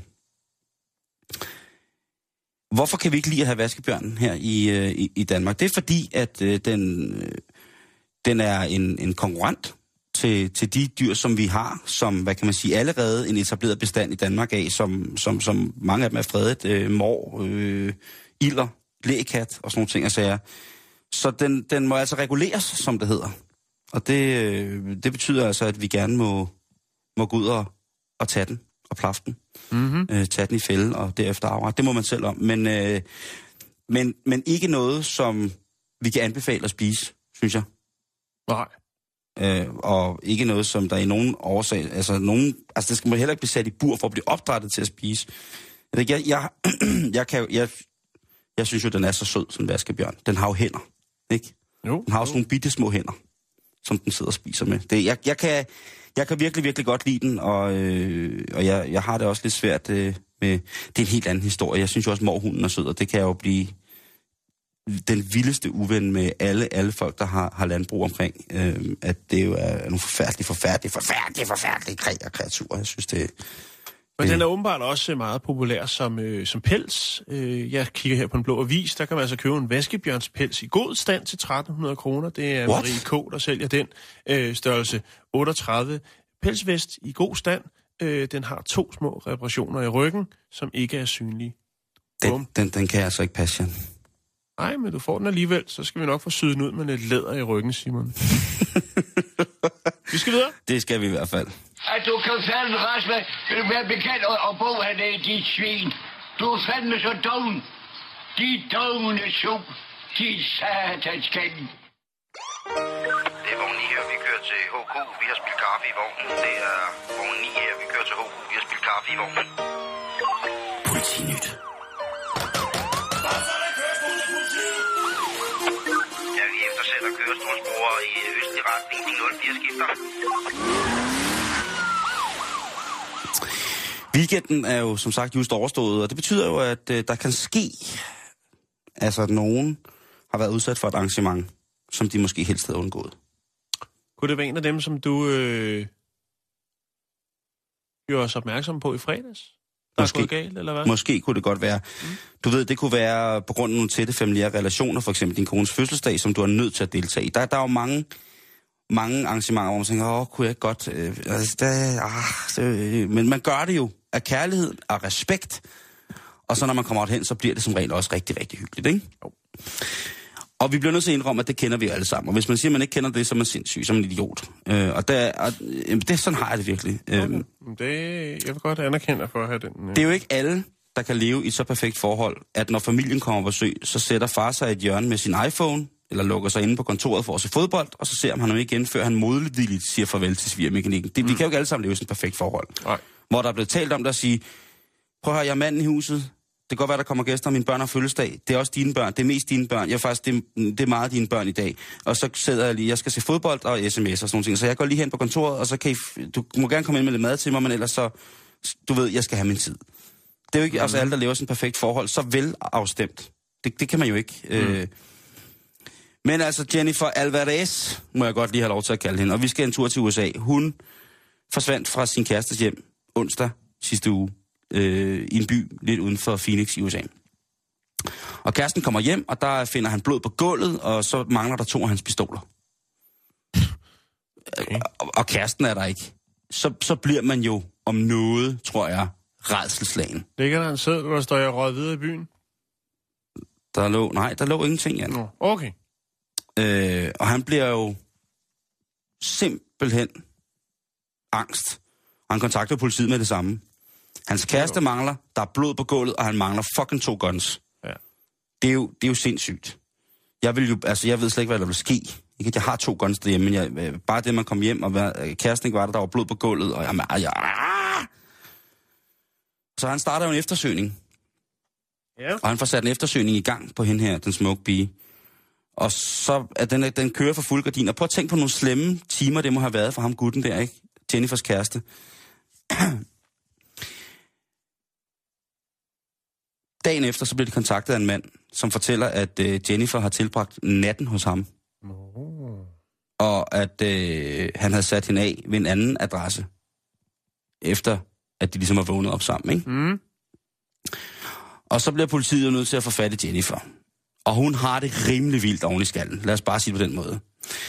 Hvorfor kan vi ikke lide at have vaskebjørnen her i, øh, i, i Danmark? Det er fordi, at øh, den, øh, den er en, en konkurrent til, til de dyr, som vi har, som, hvad kan man sige, allerede en etableret bestand i Danmark af, som, som, som mange af dem er fredet, øh, mår, øh, ilder, lægekat og sådan nogle ting og sager. Så den, den må altså reguleres, som det hedder. Og det, øh, det betyder altså, at vi gerne må, må gå ud og, og tage den og plaffe den. Mm-hmm. Øh, tage den i fælde og derefter afret. Det må man selv om. Men, øh, men, men ikke noget, som vi kan anbefale at spise, synes jeg. Nej. Øh, og ikke noget, som der i nogen årsag... Altså, nogen, altså det skal man heller ikke blive sat i bur for at blive opdrættet til at spise. Jeg, jeg, jeg, jeg, kan, jeg, jeg synes jo, den er så sød, sådan en vaskebjørn. Den har jo hænder, ikke? Jo. Den har også nogle bitte små hænder, som den sidder og spiser med. Det, jeg, jeg, kan, jeg kan virkelig, virkelig godt lide den, og, øh, og jeg, jeg har det også lidt svært øh, med... Det er en helt anden historie. Jeg synes jo også, at morhunden er sød, og det kan jo blive den vildeste uven med alle, alle folk, der har, har landbrug omkring. Øh, at det jo er nogle forfærdelige, forfærdelige, forfærdelige, forfærdelige kræ og kreaturer. Jeg synes, det... Men den er åbenbart også meget populær som, øh, som pels. Øh, jeg kigger her på en blå avis, der kan man altså købe en vaskebjørnspels i god stand til tretten hundrede kroner. Det er What? Marie K., der sælger den. Øh, størrelse otteogtredive. Pelsvest i god stand. Øh, den har to små reparationer i ryggen, som ikke er synlige. Den, den, den kan jeg altså ikke passe, Jan. Nej, men du får den alligevel, så skal vi nok få syet den ud med lidt læder i ryggen, Simon. Vi skal videre. Det skal vi i hvert fald. At du kan fandme, Rasmus, vil du være bekendt og, og bo hernede, dit svin. Du er fandme så doven. De dogne sug. De satans kæmpe. Det er vogn ni her, vi kører til H K. Vi har spillet kaffe i vognen. Det er vogn ni her, vi kører til H K. Vi har spillet kaffe i vognen. Politinyt. Ja, vi eftersætter kørestolsbrugere i østlig retning. De nul fire skifter. Weekenden er jo som sagt just overstået, og det betyder jo, at øh, der kan ske, altså at nogen har været udsat for et arrangement, som de måske helst havde undgået. Kunne det være en af dem, som du øh, gjorde os opmærksom på i fredags? Der Måske. er gået galt, eller hvad? Måske kunne det godt være. Mm. Du ved, det kunne være på grund af nogle tætte familiære relationer, for eksempel din kones fødselsdag, som du er nødt til at deltage i. Der, der er jo mange, mange arrangementer, hvor man tænker, åh, kunne jeg ikke godt... Øh, altså, der, ah, øh, men man gør det jo af kærlighed og respekt. Og så når man kommer hen, så bliver det som regel også rigtig, rigtig hyggeligt, ikke? Jo. Og vi bliver nødt til at indrømme, at det kender vi alle sammen. Og hvis man siger, at man ikke kender det, så er man sindssyg, som en idiot. Øh, og, der, og øh, det, sådan har jeg det virkelig. Okay. Det, jeg vil godt anerkende for at have den... Øh... Det er jo ikke alle, der kan leve i et så perfekt forhold, at når familien kommer på besøg, så sætter far sig i et hjørne med sin iPhone, eller lukker sig inde på kontoret for at se fodbold, og så ser man ham igen, før han modvilligt siger farvel til svigermekanikken. Det, mm. Vi kan jo ikke alle sammen leve i sådan et perfekt forhold. Nej. Hvor der er blevet talt om der at sige, prøv at høre, jeg er manden i huset, det kan godt være, der kommer gæster, mine børn har fødselsdag, det er også dine børn, det er mest dine børn, jeg faktisk, det, det er meget dine børn i dag. Og så sidder jeg lige, jeg skal se fodbold og sms og sådan nogle ting, så jeg går lige hen på kontoret, og så kan I, du må gerne komme ind med lidt mad til mig, men ellers så, du ved, jeg skal have min tid. Det er jo ikke, mm. altså alle, der lever sådan et perfekt forhold, så vel afstemt. Det, det kan man jo ikke. Mm. Øh. Men altså, Jennifer Alvarez, må jeg godt lige have lov til at kalde hende, og vi skal en tur til U S A. Hun forsvandt fra sin kærestes hjem onsdag sidste uge, øh, i en by lidt uden for Phoenix i U S A. Og kæresten kommer hjem, og der finder han blod på gulvet, og så mangler der to af hans pistoler. Okay. Og, og kæresten er der ikke. Så, så bliver man jo om noget, tror jeg, rædselsslagen. Ligger der en sæd, hvor der står, jeg røget videre i byen? Der lå, nej, der lå ingenting, Jan. Nå, okay. Øh, og han bliver jo simpelthen angst. Og han kontakter politiet med det samme. Hans kæreste mangler, der er blod på gulvet, og han mangler fucking to guns. Ja. Det er jo, det er jo sindssygt. Jeg vil jo, altså jeg ved slet ikke, hvad der vil ske. Ikke, jeg har to guns derhjemme, men jeg, bare det, man kom hjem, og kæresten ikke var der, der var blod på gulvet, og jeg, jeg, jeg så han starter jo en eftersøgning. Ja. Og han får sat en eftersøgning i gang på hende her, den smukke pige. Og så er den, den kører for fuld gardin. Og prøv at tænke på nogle slemme timer, det må have været for ham gutten der, ikke? Jennifers kæreste. Dagen efter, så bliver de kontaktet af en mand, som fortæller, at øh, Jennifer har tilbragt natten hos ham. Oh. Og at øh, han havde sat hende af ved en anden adresse. Efter, at de ligesom har vågnet op sammen, ikke? Mm. Og så bliver politiet jo nødt til at få fat i Jennifer. Og hun har det rimelig vildt oven i skallen. Lad os bare sige det på den måde.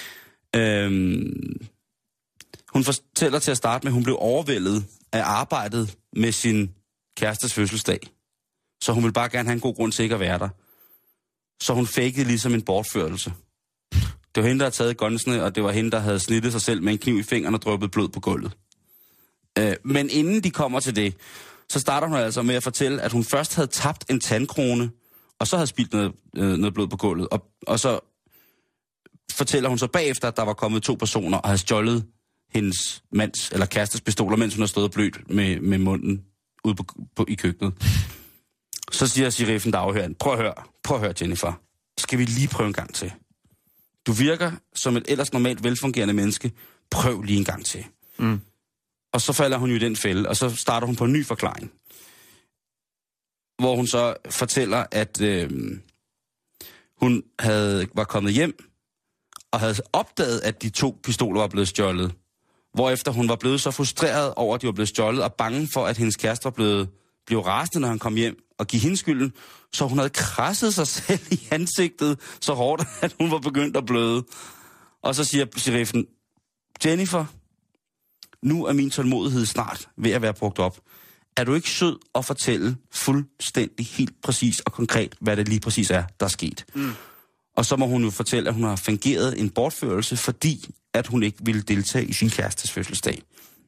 Øhm, hun fortæller til at starte med, at hun blev overvældet af arbejdet med sin kærestes fødselsdag. Så hun ville bare gerne have en god grund til ikke at være der. Så hun fakede ligesom en bortførelse. Det var hende, der havde taget gunsene, og det var hende, der havde snittet sig selv med en kniv i fingeren og dryppet blod på gulvet. Øh, men inden de kommer til det, så starter hun altså med at fortælle, at hun først havde tabt en tandkrone, og så havde spildt noget, øh, noget blod på gulvet. Og, og så fortæller hun så bagefter, at der var kommet to personer og havde stjålet hendes mands eller kærestes pistoler, mens hun har stået blødt med, med munden ude på, på, i køkkenet. Så siger sheriffen, der afhører, prøv at høre, prøv at høre, Jennifer. Skal vi lige prøve en gang til? Du virker som et ellers normalt velfungerende menneske. Prøv lige en gang til. Mm. Og så falder hun jo i den fælde, og så starter hun på en ny forklaring. Hvor hun så fortæller, at øh, hun havde, var kommet hjem, og havde opdaget, at de to pistoler var blevet stjålet. Hvorefter hun var blevet så frustreret over, at de var blevet stjålet, og bange for, at hendes kæreste var blevet, blev rasende, når han kom hjem, og give hende skylden, så hun havde krasset sig selv i ansigtet så hårdt, at hun var begyndt at bløde. Og så siger sheriffen, Jennifer, nu er min tålmodighed snart ved at være brugt op. Er du ikke sød at fortælle fuldstændig, helt præcis og konkret, hvad det lige præcis er, der er sket? Mm. Og så må hun jo fortælle, at hun har fungeret en bortførelse, fordi at hun ikke ville deltage i sin kærestes fødselsdag.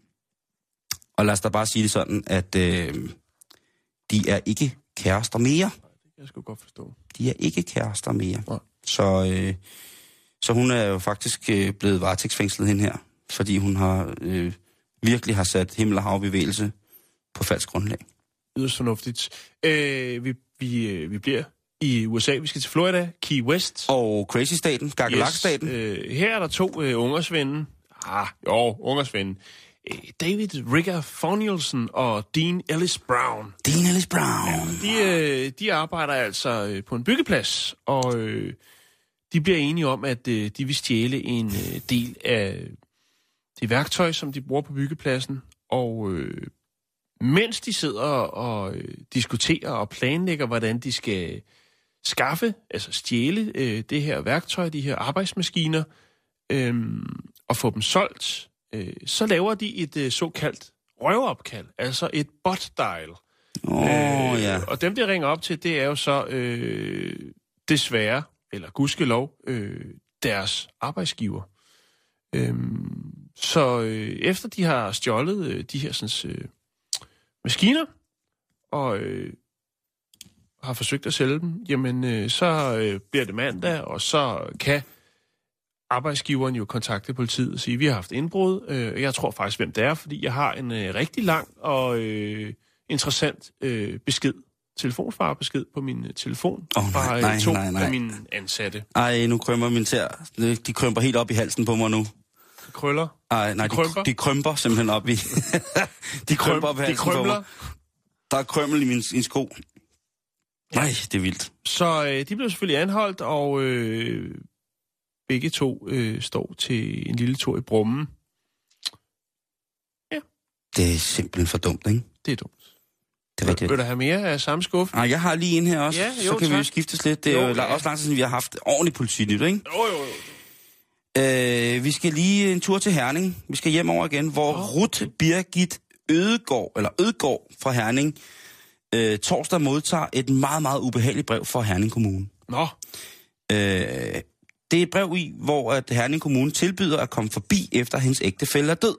Og lad os da bare sige det sådan, at øh, de er ikke kærester mere. Jeg skulle godt forstå. De er ikke kærester mere. Ja. Så, øh, så hun er jo faktisk øh, blevet varetægtsfængslet hende her, fordi hun har øh, virkelig har sat himmel og hav bevægelse på falsk grundlag. Yderst fornuftigt. Øh, vi, vi, vi bliver i U S A. Vi skal til Florida, Key West. Og Crazy-staten, Gagalak-staten. Yes. Øh, her er der to øh, ungersvende. Ah, jo, ungersvende. David Rigger Fonielsen og Dean Ellis Brown. Dean Ellis Brown. Ja, de, øh, de arbejder altså øh, på en byggeplads, og øh, de bliver enige om, at øh, de vil stjæle en øh, del af det værktøj, som de bruger på byggepladsen. Og øh, mens de sidder og øh, diskuterer og planlægger, hvordan de skal skaffe, altså stjæle øh, det her værktøj, de her arbejdsmaskiner, øh, og få dem solgt, så laver de et øh, såkaldt røveopkald, altså et bot dial. Oh, øh, ja. Og dem, de ringer op til, det er jo så øh, desværre, eller gudskelov, øh, deres arbejdsgiver. Øh, så øh, efter de har stjålet øh, de her sådan, øh, maskiner, og øh, har forsøgt at sælge dem, jamen øh, så øh, bliver det mandag, og så kan arbejdsgiveren jo kontakte politiet og sige, vi har haft indbrud. Øh, jeg tror faktisk, hvem det er, fordi jeg har en øh, rigtig lang og øh, interessant øh, besked, telefonsvarebesked på min øh, telefon oh, fra øh, nej, to nej, nej. af mine ansatte. Ej, nu krymper min tær. De krymper helt op i halsen på mig nu. De krøller? Ej, nej, de, de, krymper? de krymper simpelthen op i... de krymper op i halsen på mig. Der er krømmel i min, min sko. Nej, det er vildt. Så øh, de blev selvfølgelig anholdt, og... Øh, Begge to øh, står til en lille tur i Brummen. Ja. Det er simpelthen for dumt, ikke? Det er dumt. Det er rigtigt. Vil du have mere af samme skuffe? Ah, jeg har lige en her også. Ja, jo, så kan tak. vi jo skiftes lidt. Det er jo, jo ja. også lang tid siden, vi har haft ordentligt politinyt, ikke? Jo, jo, jo. Øh, vi skal lige en tur til Herning. Vi skal hjem over igen, hvor oh. Ruth Birgit Ødegård, eller Ødegård fra Herning, øh, torsdag modtager et meget, meget ubehageligt brev fra Herning Kommune. Nå. Øh... Det er et brev i, hvor at Herning Kommune tilbyder at komme forbi, efter hendes ægtefælle er død.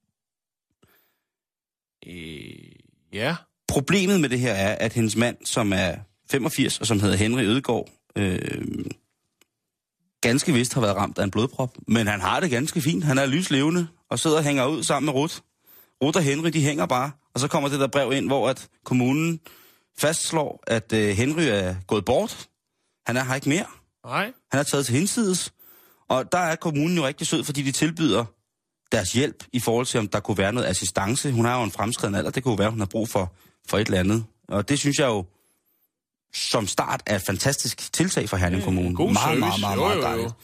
Øh, ja. Problemet med det her er, at hendes mand, som er femogfirs, og som hedder Henry Ødegård, øh, ganske vist har været ramt af en blodprop. Men han har det ganske fint. Han er lyslevende og sidder og hænger ud sammen med Ruth. Ruth og Henry, de hænger bare. Og så kommer det der brev ind, hvor at kommunen fastslår, at øh, Henry er gået bort. Han er her ikke mere. Nej. Han er taget til hinsides. Og der er kommunen jo rigtig sød, fordi de tilbyder deres hjælp i forhold til, om der kunne være noget assistance. Hun har jo en fremskreden alder, det kunne være, hun har brug for, for et eller andet. Og det synes jeg jo, som start, er et fantastisk tiltag for Herning Kommune. God meget, service. meget, meget, meget, meget dejligt.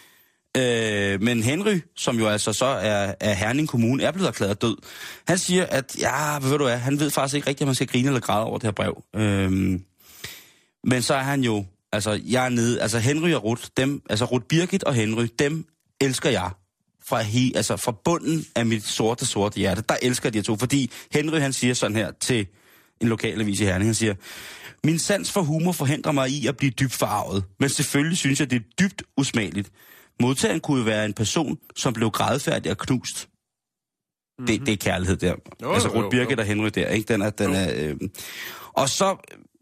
Øh, men Henry, som jo altså så er, er Herning Kommune, er blevet erklæret død. Han siger, at ja, ved du hvad, han ved faktisk ikke rigtigt, om man skal grine eller græde over det her brev. Øh, men så er han jo, altså jeg er nede, altså Henry og Ruth, dem, altså Ruth Birgit og Henry, dem elsker jeg. Fra, he, altså fra bunden af mit sorte, sorte hjerte, der elsker de to. Fordi Henry, han siger sådan her til en lokalavis i Herning, han siger, min sans for humor forhindrer mig i at blive dybt forarvet, men selvfølgelig synes jeg, det er dybt usmageligt. Modtageren kunne jo være en person, som blev grædfærdig og knust. Mm-hmm. Det, det er kærlighed der. Jo, altså Ruth Birgit og Henry der, ikke? Den er, den er, øh... Og så...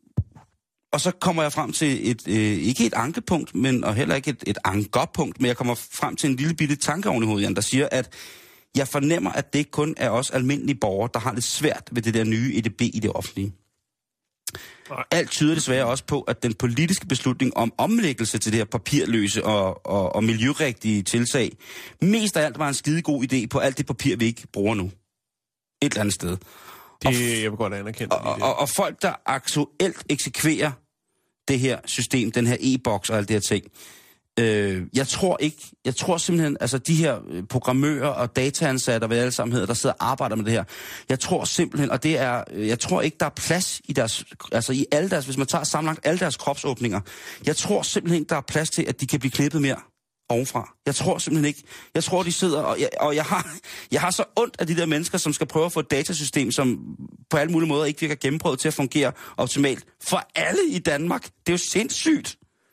Og så kommer jeg frem til et, øh, ikke et ankepunkt, men, og heller ikke et, et ankerpunkt, men jeg kommer frem til en lille bitte tanke oven i hovedet, Jan, der siger, at jeg fornemmer, at det ikke kun er os almindelige borgere, der har lidt svært ved det der nye E D B i det offentlige. Nej. Alt tyder desværre også på, at den politiske beslutning om omlæggelse til det her papirløse og, og, og miljørigtige tiltag, mest af alt var en skide god idé på alt det papir, vi ikke bruger nu. Et eller andet sted. Det, jeg vil godt anerkende. Og, og, og folk, der aktuelt eksekverer det her system, den her e-boks og alle de her ting, øh, jeg tror ikke, jeg tror simpelthen, altså de her programmører og dataansatte og hvad alle sammen hedder, der sidder og arbejder med det her, jeg tror simpelthen, og det er, jeg tror ikke, der er plads i deres, altså i alle deres, hvis man tager sammenlagt alle deres kropsåbninger, jeg tror simpelthen ikke, der er plads til, at de kan blive klippet mere ovenfra. Jeg tror simpelthen ikke. Jeg tror, de sidder, og jeg, og jeg har, jeg har så ondt af de der mennesker, som skal prøve at få et datasystem, som på alle mulige måder ikke virker gennemprøvet til at fungere optimalt for alle i Danmark. Det er jo sindssygt.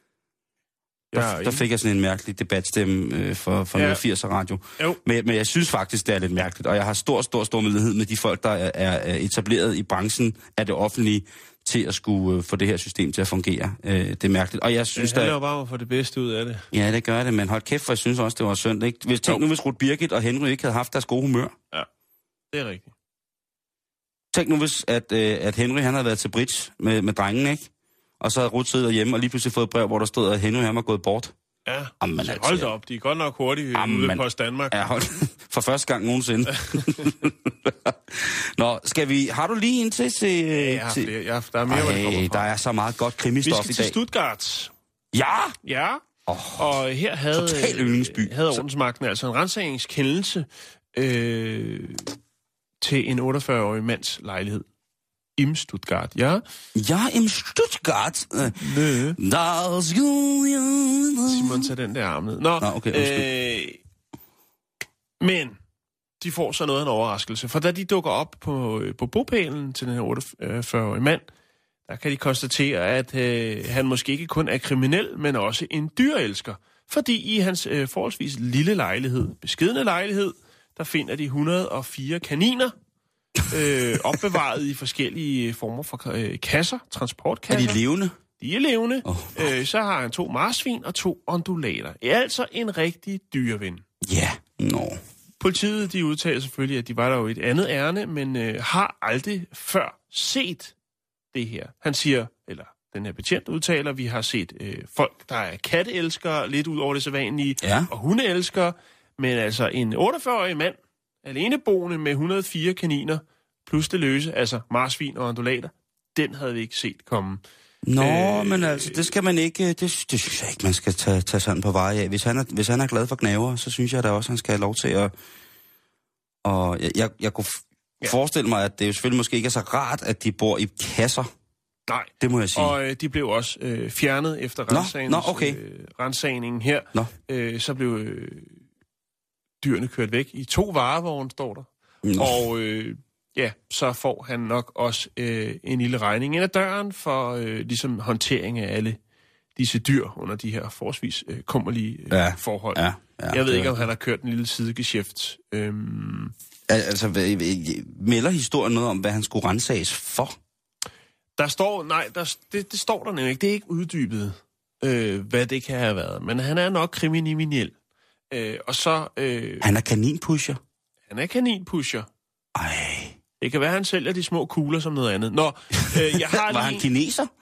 Der, der fik jeg sådan en mærkelig debatstemme øh, for, for ja. firs radio. Men, men jeg synes faktisk, det er lidt mærkeligt, og jeg har stor, stor, stor medlidenhed med de folk, der er, er etableret i branchen af det offentlige, til at skulle øh, få det her system til at fungere. Øh, det er mærkeligt. Og jeg synes, det handler jo bare om at få det bedste ud af det. Ja, det gør det, men hold kæft, for jeg synes også, det var synd. Ikke? Hvis, tænk nu, hvis Ruth Birgit og Henry ikke havde haft deres gode humør. Ja, det er rigtigt. Tænk nu, hvis at, øh, at Henry han havde været til bridge med, med drengen, ikke? Og så havde Ruth siddet hjemme og lige pludselig fået et brev, hvor der stod, at Henry han var gået bort. Ja, Jamen, altså, hold da op. De er godt nok hurtigt ude på Post Danmark. Ja, hold, for første gang nogensinde. Nå, skal vi... Har du lige en til... til ja, jeg har til... flere. Jeg, der er mere, Ej, der, der er så meget godt krimistof i dag. Vi skal til Stuttgart. Ja! Ja. Oh, og her havde, total yndlingsby. havde ordensmagten altså en rensagningskendelse øh, til en otteogfyrre-årig mands lejlighed. Im Stuttgart, ja? Ja, im Stuttgart. Nø. Der skulle jeg... Simon, tag den der arm ned. Nå, Nå okay, øh, men de får så noget af en overraskelse, for da de dukker op på, på bopælen til den her otteogfyrre-årige mand, der kan de konstatere, at øh, han måske ikke kun er kriminel, men også en dyrelsker. Fordi i hans øh, forholdsvis lille lejlighed, beskedne lejlighed, der finder de et hundrede og fire kaniner, øh, opbevaret i forskellige former for øh, kasser, transportkasser. Er de levende? De er levende. Oh. Øh, så har han to marsvin og to undulater. Er altså en rigtig dyreven. Ja, yeah. Nå. No. Politiet, de udtaler selvfølgelig, at de var der jo et andet ærne, men øh, har aldrig før set det her. Han siger, eller den her betjent udtaler, vi har set øh, folk, der er katteelskere, lidt ud over det sædvanlige, ja. Og hundeelskere, men altså en otteogfyrre-årig mand, aleneboende med et hundrede og fire kaniner, plus det løse, altså marsvin og undulater, den havde vi ikke set komme. Nå, øh, men altså, det skal man ikke, det, det synes jeg ikke, man skal tage, tage sådan på vej af. Hvis han, er, hvis han er glad for gnaver, så synes jeg da også, han skal have lov til at... Og jeg, jeg, jeg kunne ja. forestille mig, at det jo selvfølgelig måske ikke er så rart, at de bor i kasser. Nej. Det må jeg sige. Og øh, de blev også øh, fjernet efter okay. øh, rensagningen her. Nå. Øh, så blev øh, dyrene kørt væk i to varevogne, står der. Nå. Og øh, ja, så får han nok også øh, en lille regning ind ad døren for øh, ligesom håndtering af alle disse dyr under de her forholdsvis øh, kummerlige øh, ja. forhold. Ja. Ja, jeg ved ikke, om han har kørt en lille sidegeschæft. Øhm... Altså, melder historien noget om, hvad han skulle rensages for? Der står, nej, der, det, det står der nemlig ikke. Det er ikke uddybet, øh, hvad det kan have været. Men han er nok kriminel. Øh, og så... Øh, han er kaninpusher? Han er kaninpusher. Ej. Det kan være, han sælger de små kugler som noget andet. Nå, øh, jeg har Var lige... han kineser?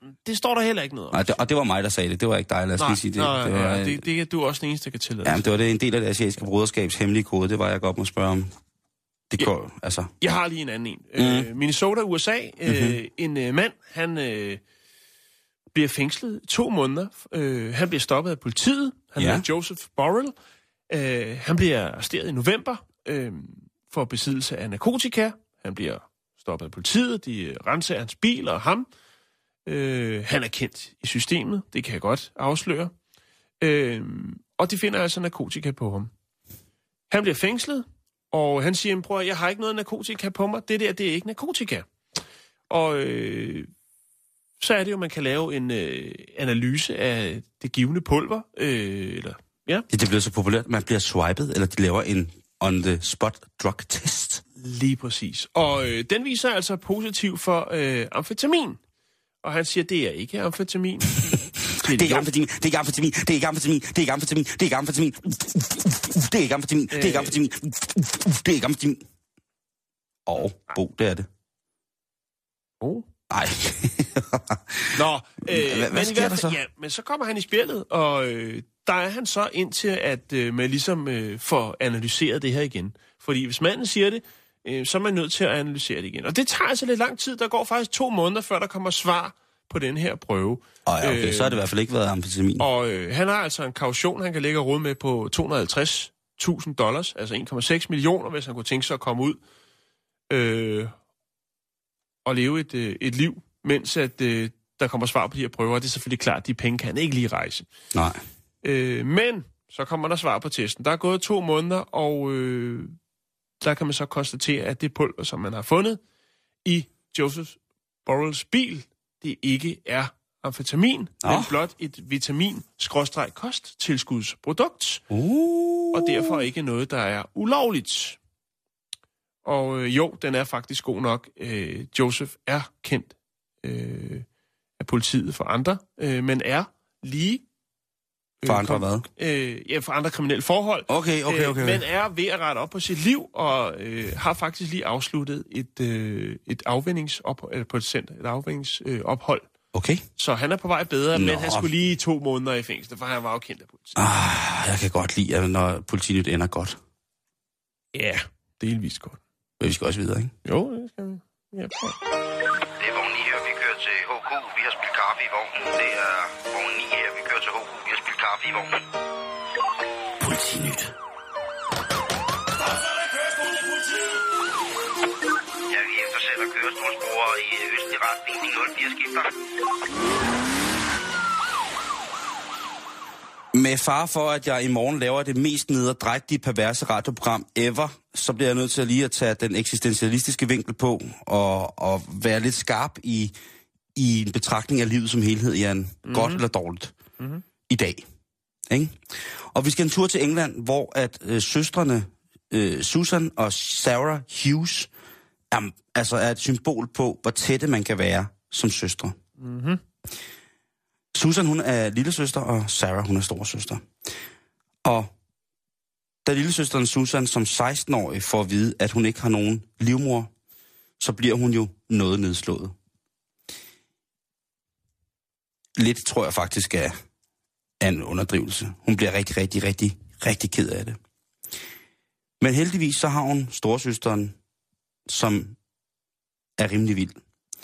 det står der heller ikke noget om. Nej, det, og det var mig, der sagde det. Det var ikke dig, lad os nej, lige sige det. Nej, det, var, ja, det, det er du også den eneste, der kan tillade. Ja, men det var det en del af det asiatiske broderskabs hemmelige kode. Det var jeg godt må spørge om. Det ja, går, altså. Jeg har lige en anden en. Mm. Øh, Minnesota, U S A. Øh, mm-hmm. En øh, mand, han øh, bliver fængslet to måneder. Øh, han bliver stoppet af politiet. Han ja. er Joseph Burrell. Øh, han bliver arresteret i november øh, for besiddelse af narkotika. Han bliver stoppet af politiet. De renser hans bil og ham. Øh, han er kendt i systemet. Det kan jeg godt afsløre. Øh, og de finder altså narkotika på ham. Han bliver fængslet. Og han siger, prøv at, jeg har ikke noget narkotika på mig. Det der, det er ikke narkotika. Og øh, så er det jo, man kan lave en øh, analyse af det givne pulver. Øh, eller, ja. Det, det bliver så populært, man bliver swipet, eller de laver en on-the-spot drug test. Lige præcis. Og øh, den viser altså positiv for øh, amfetamin. Og han siger, det er ikke amfetamin. Det er ikke amfetamin, det er ikke amfetamin, det er ikke amfetamin, det er ikke amfetamin, det er ikke amfetamin, det er ikke amfetamin, det er ikke amfetamin, det er ikke amfetamin. Og, Bo, det er det. Oh. Nej. Nå, øh, hvad, hvad men i hvert fald, så? Ja, men så kommer han i spillet, og øh, der er han så indtil, at øh, man ligesom øh, får analyseret det her igen. Fordi hvis manden siger det, øh, så er man nødt til at analysere det igen. Og det tager altså lidt lang tid. Der går faktisk to måneder, før der kommer svar på den her prøve. Oh, ja, okay, øh, så har det i hvert fald ikke været amfetamin. Og øh, han har altså en kaution, han kan lægge råd med på to hundrede og halvtreds tusind dollars, altså en komma seks millioner, hvis han kunne tænke sig at komme ud øh, og leve et, øh, et liv, mens at, øh, der kommer svar på de her prøver. Det er selvfølgelig klart, at de penge kan han ikke lige rejse. Nej. Øh, men så kommer der svar på testen. Der er gået to måneder, og øh, der kan man så konstatere, at det pulver, som man har fundet i Joseph Burrells bil, det ikke er amfetamin, oh. men blot et vitamin-kosttilskudsprodukt, uh. og derfor ikke noget, der er ulovligt. Og øh, jo, den er faktisk god nok. Øh, Joseph er kendt øh, af politiet for andre, øh, men er lige... Øh, for andre kom, hvad? Øh, ja, for andre kriminelle forhold. Okay, okay, okay. okay. Øh, men er ved at rette op på sit liv, og øh, har faktisk lige afsluttet et, øh, et afvendingsophold, eller på et center, et afvendingsophold. Øh, Okay. Så han er på vej bedre, Nå. men han skulle lige to måneder i fængsel, for han var jo kendt af politiet. Ah, jeg kan godt lide, at når politiet ender godt. Ja, delvist godt. Men vi skal også videre, ikke? Jo, det skal vi. Ja. Det er vogn ni her, vi kører til H K. Vi har spillet kaffe i vognen. Det er vogn ni her, vi kører til H K. Vi har spillet kaffe i vognen. Politinyt. Ja, vi eftersætter kørestolsbrugere i østlig retning. De nul fire skifter. Med far for, at jeg i morgen laver det mest nederdrægtige, perverse radioprogram ever, så bliver jeg nødt til at lige at tage den eksistentialistiske vinkel på og, og være lidt skarp i, i en betragtning af livet som helhed, Jan. Mm-hmm. Godt eller dårligt. Mm-hmm. I dag. Ikke? Og vi skal en tur til England, hvor at øh, søstrene øh, Susan og Sarah Hughes er, altså er et symbol på, hvor tætte man kan være som søstre. Mm-hmm. Susan, hun er lillesøster, og Sarah, hun er storesøster. Og da lillesøsteren Susan som seksten-årig får at vide, at hun ikke har nogen livmor, så bliver hun jo noget nedslået. Lidt tror jeg faktisk er, er en underdrivelse. Hun bliver rigtig, rigtig, rigtig, rigtig ked af det. Men heldigvis så har hun storesøsteren, som er rimelig vild.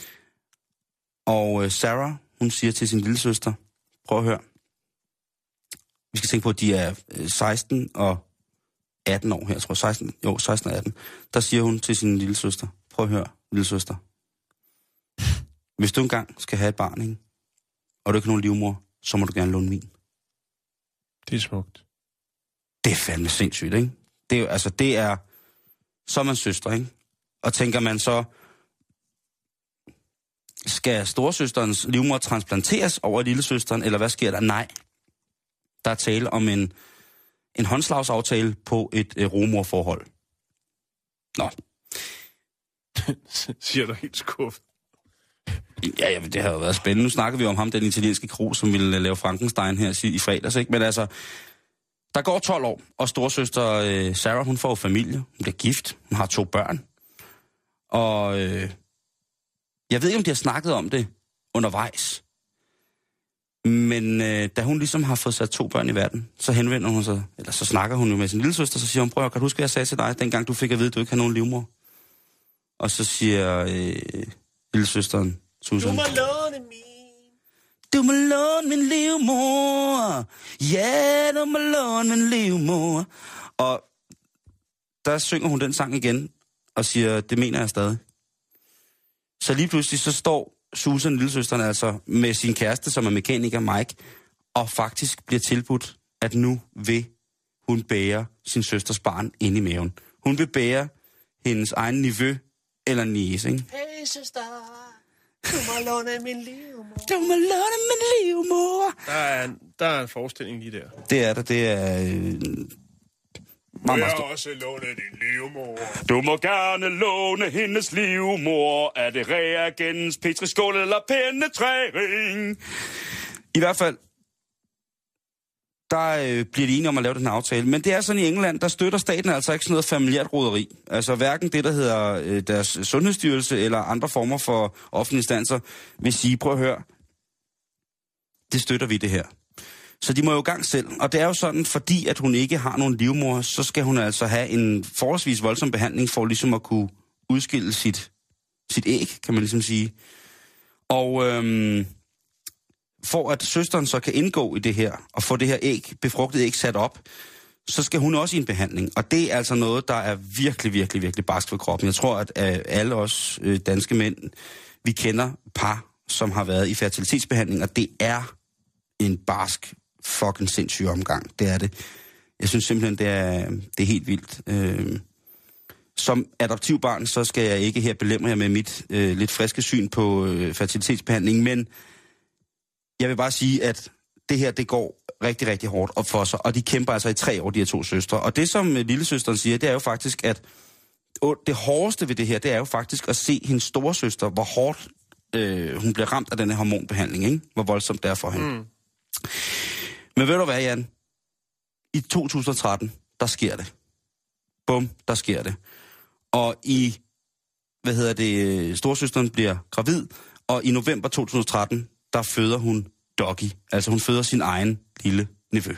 Og Sarah, hun siger til sin lillesøster, prøv at høre. Vi skal tænke på, at de er seksten og atten år her, jeg tror seksten, jo, seksten og atten. Der siger hun til sin lillesøster, prøv at høre, lillesøster. Hvis du engang skal have et barn, ikke? Og du ikke har nogen livmor, så må du gerne låne min. Det er smukt. Det er fandme sindssygt, ikke? Det er jo, altså, det er, så er man søster, ikke? Og tænker man så, skal storesøsterens livmor transplanteres over lillesøsteren, eller hvad sker der? Nej. Der er tale om en, en håndslagsaftale på et øh, rumorforhold. Nå. Siger du helt skuffet? Ja, ja, det har jo været spændende. Nu snakker vi om ham, den italienske kro, som ville lave Frankenstein her i fredags, ikke? Men altså, der går tolv år, og storesøster øh, Sarah, hun får familie. Hun bliver gift. Hun har to børn. Og øh, jeg ved ikke, om de har snakket om det undervejs. Men øh, da hun ligesom har fået sat to børn i verden, så henvender hun sig, eller så snakker hun jo med sin lille søster, så siger hun, prøv at kan du huske, hvad jeg sagde til dig, dengang du fik at vide, at du ikke har nogen livmor? Og så siger øh, lille søsteren, Susan, du må låne min. Du må låne min livmor. Ja, du må låne min livmor. Og der synger hun den sang igen, og siger, det mener jeg stadig. Så lige pludselig, så står Susan, lillesøsteren, altså med sin kæreste, som er mekaniker, Mike, og faktisk bliver tilbudt, at nu vil hun bære sin søsters barn ind i maven. Hun vil bære hendes egen nevø eller niece, ikke? Hey, søster, du må låne min livmor. Du må låne min livmor. Der er, en, der er en forestilling lige der. Det er der, det er... Øh, må jeg også låne din livmor? Du må gerne låne hendes livmor. Er det reagens, petriskål eller penetrering? I hvert fald, der øh, bliver de enige om at lave den her aftale. Men det er sådan i England, der støtter staten altså ikke sådan noget familiært roderi. Altså hverken det, der hedder øh, deres sundhedsstyrelse eller andre former for offentlige instanser, vil sige, prøv at høre, det støtter vi det her. Så de må jo i gang selv. Og det er jo sådan, fordi at hun ikke har nogen livmor, så skal hun altså have en forholdsvis voldsom behandling for ligesom at kunne udskille sit, sit æg, kan man ligesom sige. Og øhm, for at søsteren så kan indgå i det her, og få det her æg, befrugtet æg sat op, så skal hun også i en behandling. Og det er altså noget, der er virkelig, virkelig, virkelig barsk for kroppen. Jeg tror, at alle os danske mænd, vi kender par, som har været i fertilitetsbehandling, og det er en barsk, fucking sindssyg omgang. Det er det. Jeg synes simpelthen, det er, det er helt vildt. Øh, som adoptivbarn, så skal jeg ikke her belemre jer med mit øh, lidt friske syn på øh, fertilitetsbehandling, men jeg vil bare sige, at det her, det går rigtig, rigtig hårdt op for sig, og de kæmper altså i tre år, de her to søstre. Og det, som lillesøsteren siger, det er jo faktisk, at det hårdeste ved det her, det er jo faktisk at se hendes storesøster, hvor hårdt øh, hun bliver ramt af den her hormonbehandling, ikke? Hvor voldsomt det er for hende. Mm. Men ved du hvad, Jan? I to tusind og tretten, der sker det. Bum, der sker det. Og i, hvad hedder det, storesøsteren bliver gravid, og i november to tusind og tretten, der føder hun Doggy. Altså hun føder sin egen lille nevø.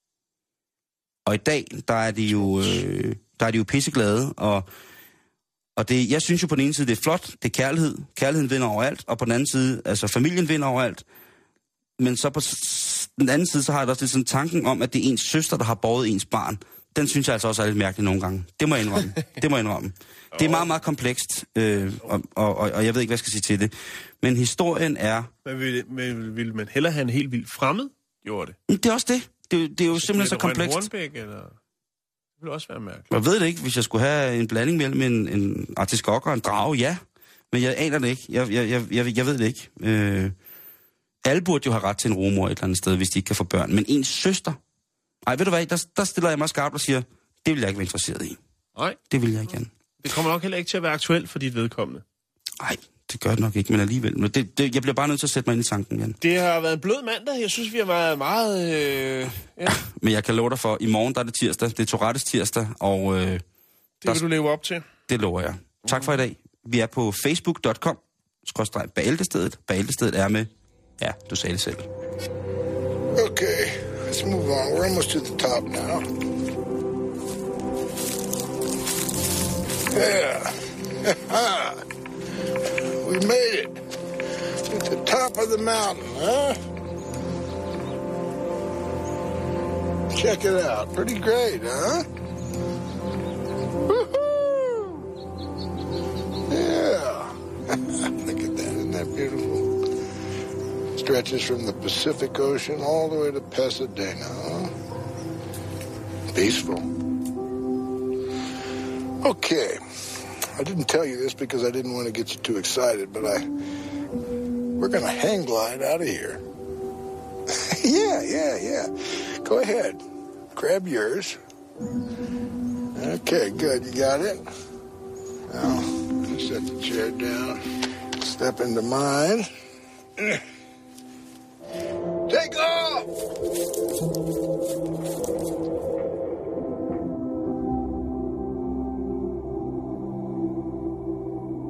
Og i dag, der er de jo, øh, der er de jo pisseglade, og, og det, jeg synes jo på den ene side, det er flot, det er kærlighed. Kærligheden vinder overalt, og på den anden side, altså familien vinder overalt. Men så på den anden side, så har jeg også lidt sådan tanken om, at det er ens søster, der har båret ens barn. Den synes jeg altså også er lidt mærkelig nogle gange. Det må jeg indrømme. Det må jeg indrømme. Det er meget, meget komplekst, øh, og, og, og jeg ved ikke, hvad jeg skal sige til det. Men historien er... Men vil, men vil man hellere have en helt vildt fremmed, gjorde det? Det er også det. Det, det er jo så simpelthen så komplekst. Hornbæk, eller... Det ville også være mærkeligt. Jeg ved det ikke, hvis jeg skulle have en blanding mellem en, en artiskok og en drage, ja. Men jeg aner det ikke. Jeg, jeg, jeg, jeg, jeg ved det ikke. Øh, alle burde jo have ret til en rumor et eller andet sted, hvis de ikke kan få børn. Men ens søster... Ej, ved du hvad, der, der stiller jeg mig skarpt og siger, det vil jeg ikke være interesseret i. Nej. Det vil jeg ikke gerne. Det kommer nok heller ikke til at være aktuelt for dit vedkommende. Nej, det gør det nok ikke, men alligevel. Men det, det, jeg bliver bare nødt til at sætte mig ind i tanken, Jan. Det har været en blød mandag. Jeg synes, vi har været meget... Øh, ja. Men jeg kan love dig for, i morgen der er det tirsdag. Det er Tourettes tirsdag, og... Øh, det vil der, du leve op til. Det lover jeg. Tak for i dag. Vi er på facebook punktum com skråstreg Bæltestedet. Bæltestedet er med... Ja, du sagde det selv. Okay, let's move on. We're almost to the top now. Yeah. We made it to the top of the mountain, huh? Check it out. Pretty great, huh? Woohoo! Yeah. Look at that. Isn't that beautiful? Stretches from the Pacific Ocean all the way to Pasadena, huh? Peaceful. Okay. I didn't tell you this because I didn't want to get you too excited, but I... We're going to hang glide out of here. yeah, yeah, yeah. Go ahead. Grab yours. Okay, good. You got it? Now, set the chair down. Step into mine. Take off!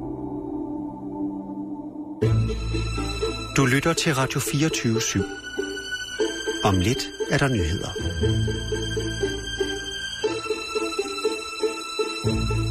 Du lytter til Radio fireogtyve syv. Om lidt er der nyheder.